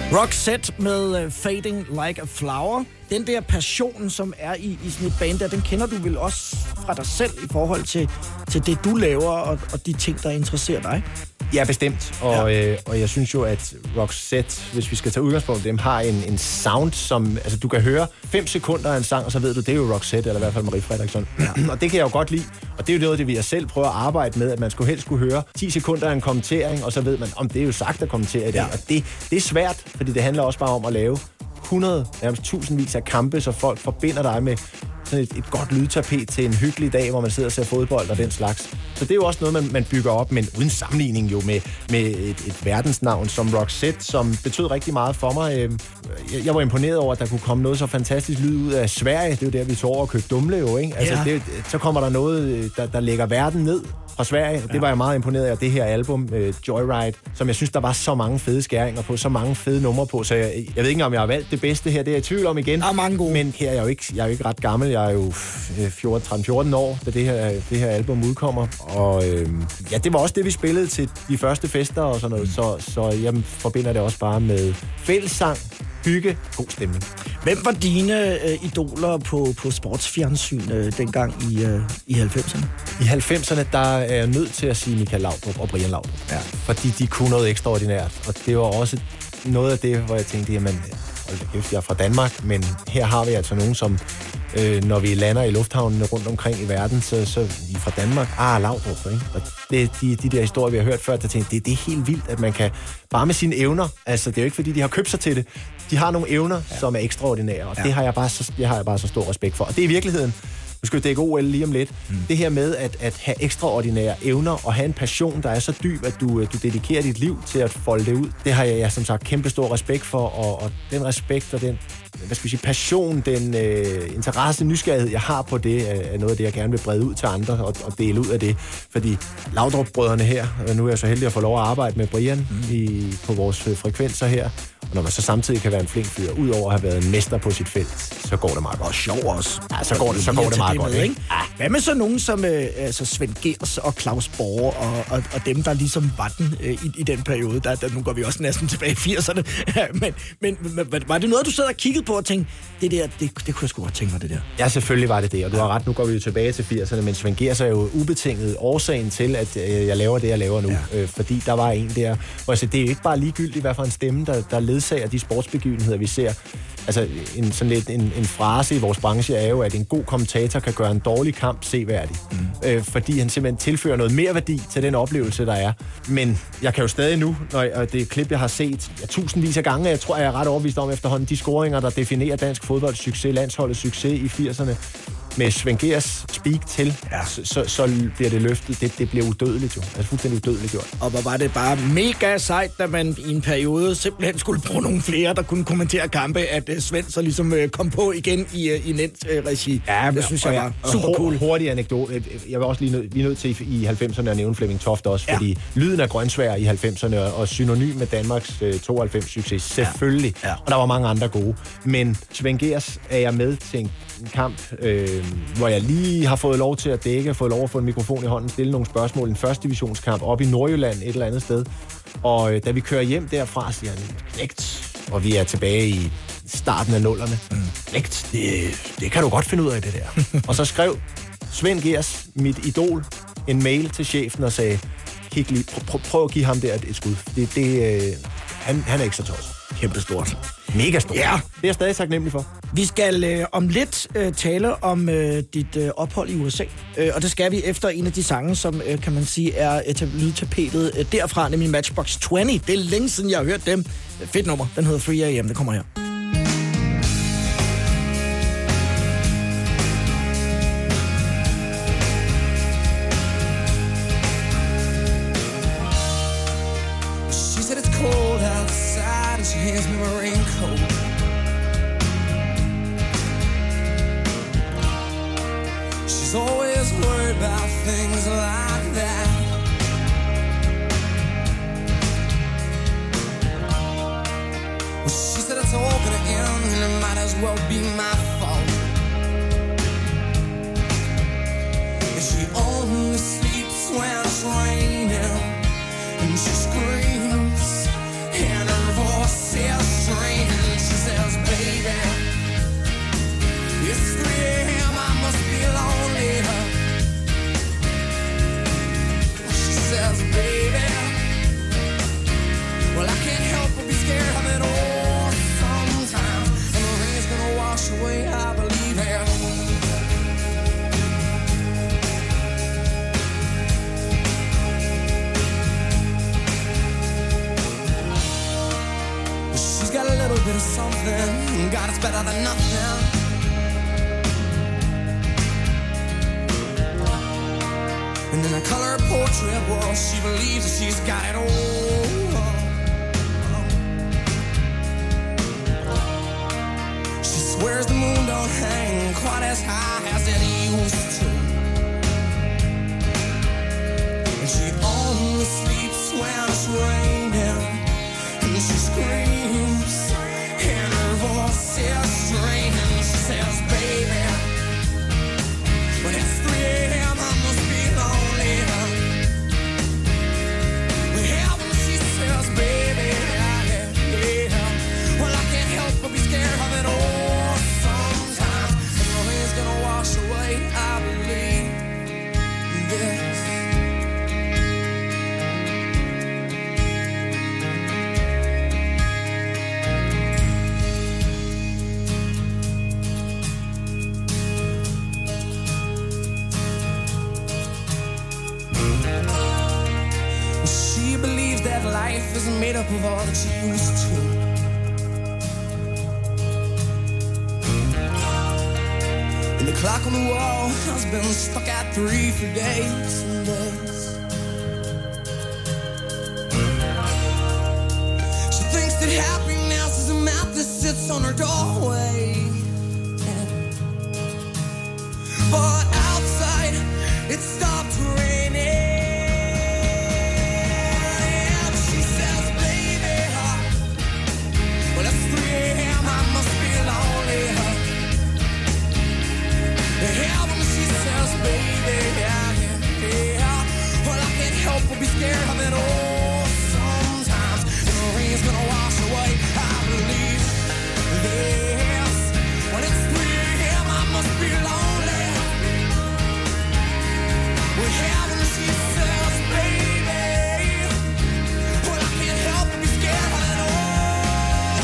Roxette med uh, Fading Like a Flower. Den der passion, som er i, i sådan et band der, den kender du vel også fra dig selv i forhold til, til det, du laver og, og de ting, der interesserer dig? Ja, bestemt. Og, ja. Øh, og jeg synes jo, at Roxette, hvis vi skal tage udgangspunkt i dem, har en, en sound, som... Altså, du kan høre fem sekunder af en sang, og så ved du, det er jo Roxette, eller i hvert fald Marie Fredriksson. Ja. Og det kan jeg jo godt lide. Og det er jo noget, det vi selv prøver at arbejde med, at man skulle helst skulle høre ti sekunder af en kommentering, og så ved man, om det er jo sagt at kommentere i det. Ja. Og det, det er svært, fordi det handler også bare om at lave hundrede, nærmest tusindvis af kampe, så folk forbinder dig med sådan et, et godt lydtapet til en hyggelig dag, hvor man sidder og ser fodbold og den slags. Så det er jo også noget, man, man bygger op, men uden sammenligning jo med, med et, et verdensnavn som Roxette, som betød rigtig meget for mig. Jeg, jeg var imponeret over, at der kunne komme noget så fantastisk lyd ud af Sverige. Det er jo der, vi tog over og købte Dumle jo, ikke? Altså, ja. det, så kommer der noget, der, der lægger verden ned fra Sverige. Ja. Det var jeg meget imponeret af, det her album, uh, Joyride, som jeg synes, der var så mange fede skæringer på, så mange fede numre på, så jeg, jeg ved ikke, om jeg har valgt det bedste her, det er jeg i tvivl om igen. Der er mange gode. Men her er jeg jo ikke, jeg er jo ikke ret gammel, jeg er jo fjorten, tretten fjorten år, da det her, det her album udkommer, og øh, ja, det var også det, vi spillede til de første fester og sådan noget, mm. så, så jeg forbinder det også bare med fællessang, hygge, god stemning. Hvem var dine øh, idoler på, på sportsfjernsyn øh, dengang i, øh, i halvfemserne? I halvfemserne, der er jeg nødt til at sige Michael Laudrup og Brian Laudrup. Ja. Fordi de kunne noget ekstraordinært. Og det var også noget af det, hvor jeg tænkte, jamen, jeg er fra Danmark, men her har vi altså nogen, som øh, når vi lander i lufthavnene rundt omkring i verden, så, så I fra Danmark, ah, Laudrup, ikke? Og det, de, de der historier, vi har hørt før, der tænkte, det, det er helt vildt, at man kan, bare med sine evner, altså det er jo ikke, fordi de har købt sig til det, de har nogle evner, ja. som er ekstraordinære, og ja. det har jeg bare så, det har jeg bare så stor respekt for. Og det er i virkeligheden, nu skal vi dække O L lige om lidt, mm. det her med at, at have ekstraordinære evner og have en passion, der er så dyb, at du, du dedikerer dit liv til at folde det ud, det har jeg, jeg som sagt kæmpe stor respekt for, og, og den respekt og den, hvad skal vi sige, passion, den øh, interesse, nysgerrighed, jeg har på det, er noget af det, jeg gerne vil brede ud til andre og, og dele ud af det. Fordi Laudrup-brødrene her, og nu er jeg så heldig at få lov at arbejde med Brian mm. i, på vores frekvenser her, og når man så samtidig kan være en flink fyr, udover at have været en mester på sit felt, så går det meget godt. Og sjov også. Ja, så går det, så går det meget godt, ikke? Ah, hvad med så nogen som øh, altså Svend Gers og Claus Borge og, og, og dem, der ligesom var den øh, i, i den periode? Der, der, nu går vi også næsten tilbage i firserne. men, men, men var det noget, du sad og kiggede på og tænkte, det der, det, det kunne jeg sgu godt tænke mig, det der? Ja, selvfølgelig var det det, og du har ret, nu går vi jo tilbage til firserne, men Svend Gers er jo ubetinget årsagen til, at øh, jeg laver det, jeg laver nu. Ja. Øh, fordi der var en der, hvor jeg siger, det er jo ikke bare ligegyldigt, hvad for en stemme, der, der ledsager de sportsbegivenheder, vi ser. Altså, en, sådan lidt, en, en frase i vores branche er jo, at en god kommentator kan gøre en dårlig kamp seværdig. Mm. Øh, fordi han simpelthen tilfører noget mere værdi til den oplevelse, der er. Men jeg kan jo stadig nu, når jeg, det klip, jeg har set ja, tusindvis af gange, jeg tror, jeg er ret overbevist om efterhånden, de scoringer, der definerer dansk fodbolds succes, landsholdets succes i firserne, med Svend Gers speak til, ja. så, så, så bliver det løftet. Det, det bliver udødeligt jo. Altså fuldstændig udødeligt gjort. Og hvor var det bare mega sejt, da man i en periode simpelthen skulle bruge nogle flere, der kunne kommentere kampe, at uh, Svend så ligesom uh, kom på igen i, uh, i Nent-regi. Uh, ja, det synes jeg var ja, super cool. Hurtig anekdote. Jeg var også lige nød, vi er nødt til i halvfemserne at nævne Flemming Toft også, ja. fordi lyden af Grønsvær i halvfemserne og synonym med Danmarks uh, tooghalvfems succes, selvfølgelig. Ja. Ja. Og der var mange andre gode. Men Svend Gers er jeg med til en kamp, øh, hvor jeg lige har fået lov til at dække, fået lov at få en mikrofon i hånden, stille nogle spørgsmål, en første divisionskamp op i Nordjylland et eller andet sted. Og øh, da vi kører hjem derfra, siger han, knægt, og vi er tilbage i starten af nullerne. Mm. Knægt, det, det kan du godt finde ud af, det der. Og så skrev Svend Gers, mit idol, en mail til chefen og sagde, kig lige, pr- pr- prøv at give ham der et, et skud. Det, det, øh, han, han er ikke så tosset. Kæmpe stort. Mega stort. Ja. Det er jeg stadig taknemmelig for. Vi skal øh, om lidt øh, tale om øh, dit øh, ophold i U S A. Øh, og det skal vi efter en af de sange, som øh, kan man sige er et lydtapetet øh, derfra, nemlig Matchbox tyve. Det er længe siden, jeg har hørt dem. Fedt nummer. Den hedder three a m. Det kommer her. She said it's cold outside and she hands me my raincoat. She's always worried about things like that. Well, she said it's all gonna end and it might as well be my fault. And she only sleeps when it's raining, and she screams and her voice is bit of something. God, it's better than nothing. And in a color portrait, well, she believes that she's got it all. She swears the moon don't hang quite as high as it used to. And she only sleeps when it's raining. And she screams, and her voice is strange. She says, baby, when it's three a.m. I must be lonely. Well, when she says, baby, yeah, yeah, well, I can't help but be scared of it all. Sometimes the rain's gonna wash away, I believe this. She believes that life isn't made up of all that she used to. And the clock on the wall has been stuck at three for days and days. She thinks that happiness is a map that sits on her doorway. But outside, it stopped raining. Be scared of it all. Sometimes the rain's gonna wash away, I believe this. When it's three a.m. I must be lonely. We're having, she says, baby. Well, I can't help but be scared of it all.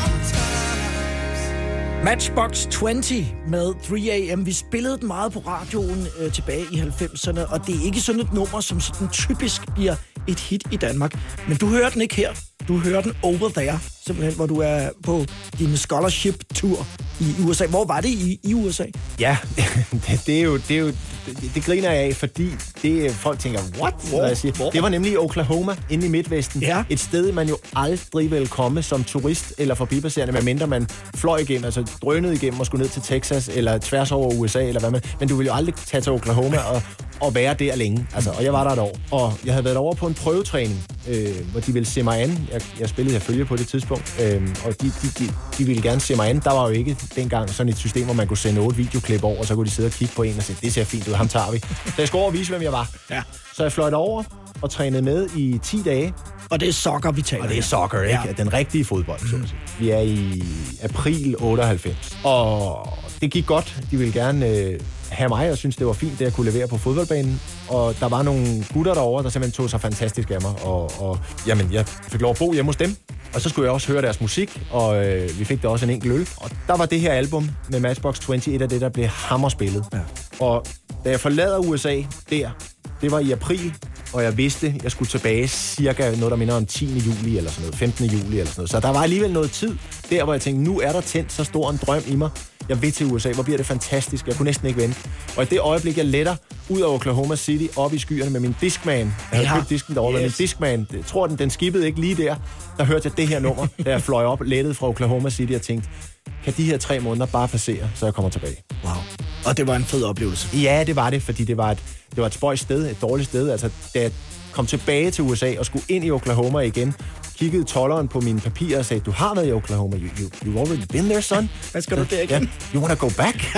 Sometimes. Matchbox tyve med three a.m. Vi spillede den meget på radioen øh, tilbage i halvfemserne, og det er ikke sådan et nummer, som sådan typisk bliver et hit i Danmark. Men du hører den ikke her. Du hører den over there, simpelthen, hvor du er på din scholarship-tur i U S A. Hvor var det i, i U S A? Ja, det, det er jo... Det er jo Det, det griner jeg af, fordi det, folk tænker, what? Hvor? Jeg siger. Det var nemlig i Oklahoma, inde i Midtvesten. Ja. Et sted, man jo aldrig vil komme som turist eller forbipasserende, medmindre man fløj igennem, altså drønede igennem og skulle ned til Texas, eller tværs over U S A, eller hvad man. Men du vil jo aldrig tage til Oklahoma og, og være der længe. Altså, og jeg var der et år. Og jeg havde været over på en prøvetræning, øh, hvor de ville se mig an. Jeg, jeg spillede her følge på det tidspunkt, øh, og de, de, de, de ville gerne se mig an. Der var jo ikke dengang sådan et system, hvor man kunne sende otte videoklip over, og så kunne de sidde og kigge på en og sige, det ser fint ud, ham tager vi. Så jeg skulle over og vise, hvem jeg var. Ja. Så jeg fløj over og trænede med i ti dage. Og det er soccer, vi taler. Og det er soccer, ikke? Ja. Den rigtige fodbold, så at sige. Vi er i april otteoghalvfems. Og det gik godt. De ville gerne øh, have mig, og synes det var fint, det jeg kunne levere på fodboldbanen. Og der var nogle gutter derovre, der simpelthen tog sig fantastisk af mig. Og, og jamen, jeg fik lov at bo hjemme hos dem. Og så skulle jeg også høre deres musik, og øh, vi fik da også en enkelt øl. Og der var det her album med Matchbox tyve, et af det, der blev hammerspillet. Ja. Og da jeg forlader U S A der, det var i april, og jeg vidste, at jeg skulle tilbage cirka noget, der minder om tiende juli eller sådan noget, femtende juli eller sådan noget. Så der var alligevel noget tid der, hvor jeg tænkte, nu er der tændt så stor en drøm i mig. Jeg vil til U S A, hvor bliver det fantastisk. Jeg kunne næsten ikke vente. Og i det øjeblik, jeg letter ud af Oklahoma City, op i skyerne med min Discman. Jeg havde ja. købt disken derovre yes. med min Discman. Jeg tror, den, den skippede ikke lige der. Der hørte jeg det her nummer, da jeg fløj op, lettet fra Oklahoma City og tænkte, kan de her tre måneder bare passere, så jeg kommer tilbage. Wow. Og det var en fed oplevelse. Ja, det var det, fordi det var et, det var et spøjt sted, et dårligt sted. Altså, da jeg kom tilbage til U S A og skulle ind i Oklahoma igen, kiggede tolderen på mine papirer og sagde, du har været i Oklahoma. You, you, you've already been there, son. Hvad skal du der igen? Yeah. You wanna go back?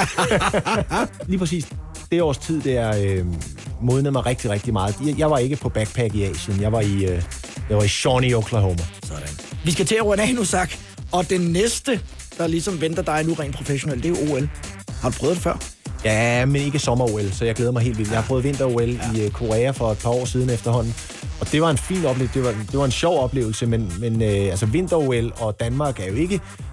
Lige præcis. Det års tid, der øh, modnede mig rigtig, rigtig meget. Jeg, jeg var ikke på backpack i Asien. Jeg var i, øh, jeg var i Shawnee, Oklahoma. Sådan. Vi skal til at runde af nu, Zach. Og det næste, der ligesom venter dig nu rent professionelt, det er O L. Har du prøvet det før? Ja, men ikke sommer-O L, så jeg glæder mig helt vildt. Jeg har prøvet vinter-O L ja. i Korea for et par år siden efterhånden. Og det var en fin oplevelse. Det var, det var en sjov oplevelse, men, men øh, altså vinter-O L og Danmark er jo ikke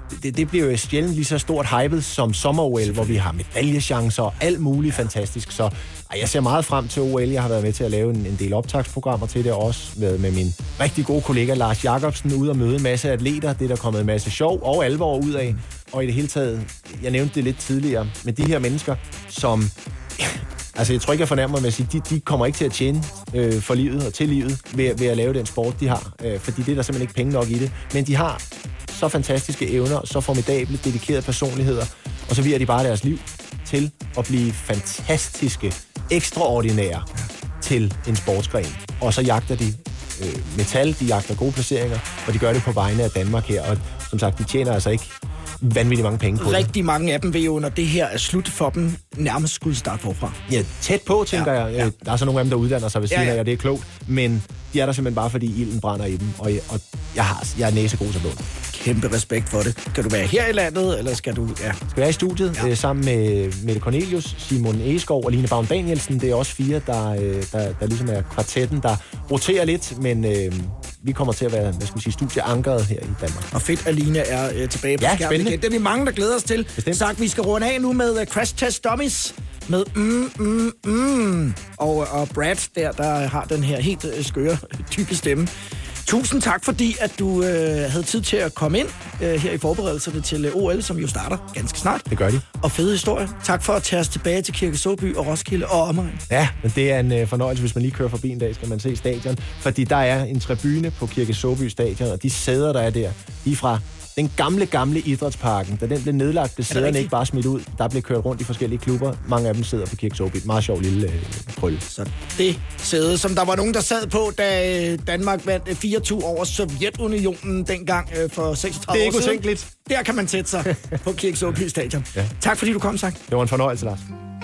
det, det bliver jo sjældent lige så stort hypet som sommer-O L, hvor vi har medaljechancer og alt muligt fantastisk. Så ej, jeg ser meget frem til O L. Jeg har været med til at lave en, en del optagsprogrammer til det, også med, med min rigtig gode kollega Lars Jacobsen ude og møde en masse atleter. Det er der kommet en masse sjov og alvor ud af. Og i det hele taget, jeg nævnte det lidt tidligere, med de her mennesker, som... Altså, jeg tror ikke, jeg fornærmer mig med at sige, de, de kommer ikke til at tjene øh, for livet og til livet ved, ved at lave den sport, de har. Øh, fordi det er der simpelthen ikke penge nok i det. Men de har så fantastiske evner, så formidable, dedikerede personligheder, og så virer de bare deres liv til at blive fantastiske, ekstraordinære til en sportsgren. Og så jagter de øh, metal, de jagter gode placeringer, og de gør det på vegne af Danmark her. Og som sagt, de tjener altså ikke vanvittigt mange penge på Rigtig det. mange af dem vil jo, når det her er slut for dem, nærmest skulle starte forfra. Ja, tæt på, tænker ja, jeg. Ja. Der er så nogle af dem, der uddanner sig ved siden ja, ja. af, og det er klogt. Men de er der simpelthen bare, fordi ilden brænder i dem, og jeg, og jeg, har, jeg er næsegod til blod. Kæmpe respekt for det. Kan du være her i landet, eller skal du... Ja. Skal være i studiet ja. øh, sammen med Mette Cornelius, Simon Egeskov og Line Baum Danielsen. Det er også fire, der, øh, der, der ligesom er kvartetten, der roterer lidt, men øh, vi kommer til at være, hvad skal vi sige, studieankeret her i Danmark. Og fedt, at Line er øh, tilbage på ja, skærmen igen. Det er vi mange, der glæder os til. Bestemt. Sagt, vi skal runde af nu med uh, Crash Test Dummies. Med mm, mm, mm. Og, og Brad der, der har den her helt øh, skøre, tykke stemme. Tusind tak, fordi at du øh, havde tid til at komme ind øh, her i forberedelserne til øh, O L, som jo starter ganske snart. Det gør de. Og fede historie. Tak for at tage os tilbage til Kirke Såby og Roskilde og omegn. Ja, men det er en øh, fornøjelse, hvis man lige kører forbi en dag, skal man se stadion. Fordi der er en tribune på Kirke Såby stadion, og de sæder, der er der, de er fra den gamle, gamle idrætsparken. Da den blev nedlagt, blev sæderne ikke bare smidt ud. Der blev kørt rundt i forskellige klubber. Mange af dem sidder på Kirke Såby. Meget sjov lille øh, krølle. Så det sæde, som der var nogen, der sad på, da Danmark vandt fire to over Sovjetunionen dengang øh, for seksogtredive år siden. Det er ikke utænkeligt. Der kan man sætte sig på Kirke Såby stadion. Ja. Tak fordi du kom, Sang. Det var en fornøjelse, Lars.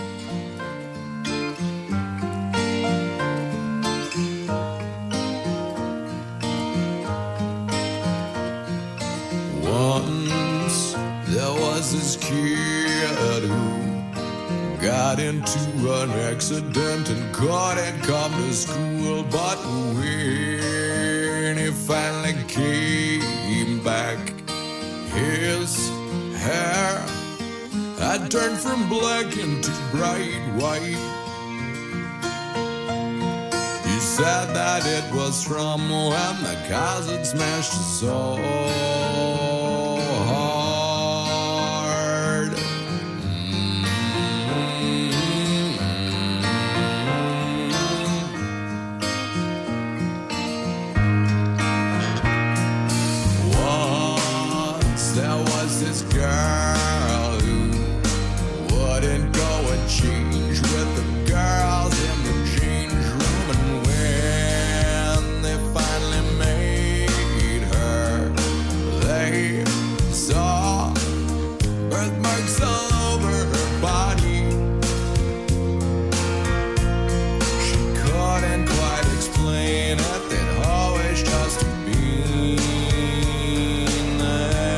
Once there was this kid who got into an accident and couldn't come to school. But when he finally came back, his hair had turned from black into bright white. He said that it was from when the cars had smashed his soul. Girl who wouldn't go and change with the girls in the change room, and when they finally made her, they saw birthmarks all over her body. She couldn't quite explain it, they'd always just been there.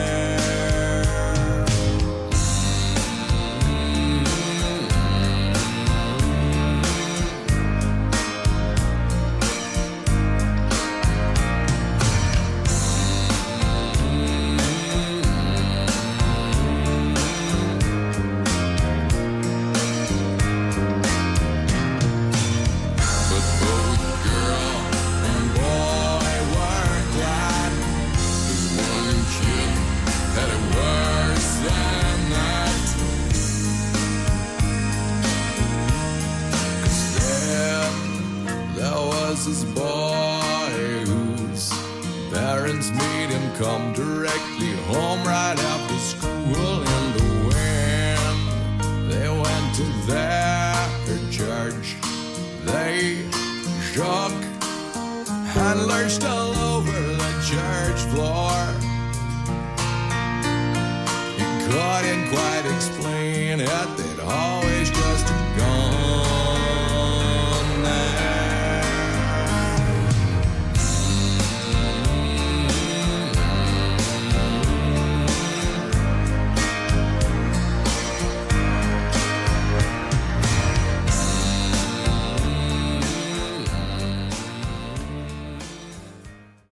This boy whose parents made him come directly home right after school, and when they went to their church, they shook and lurched all over the church floor. He couldn't quite explain it, they'd all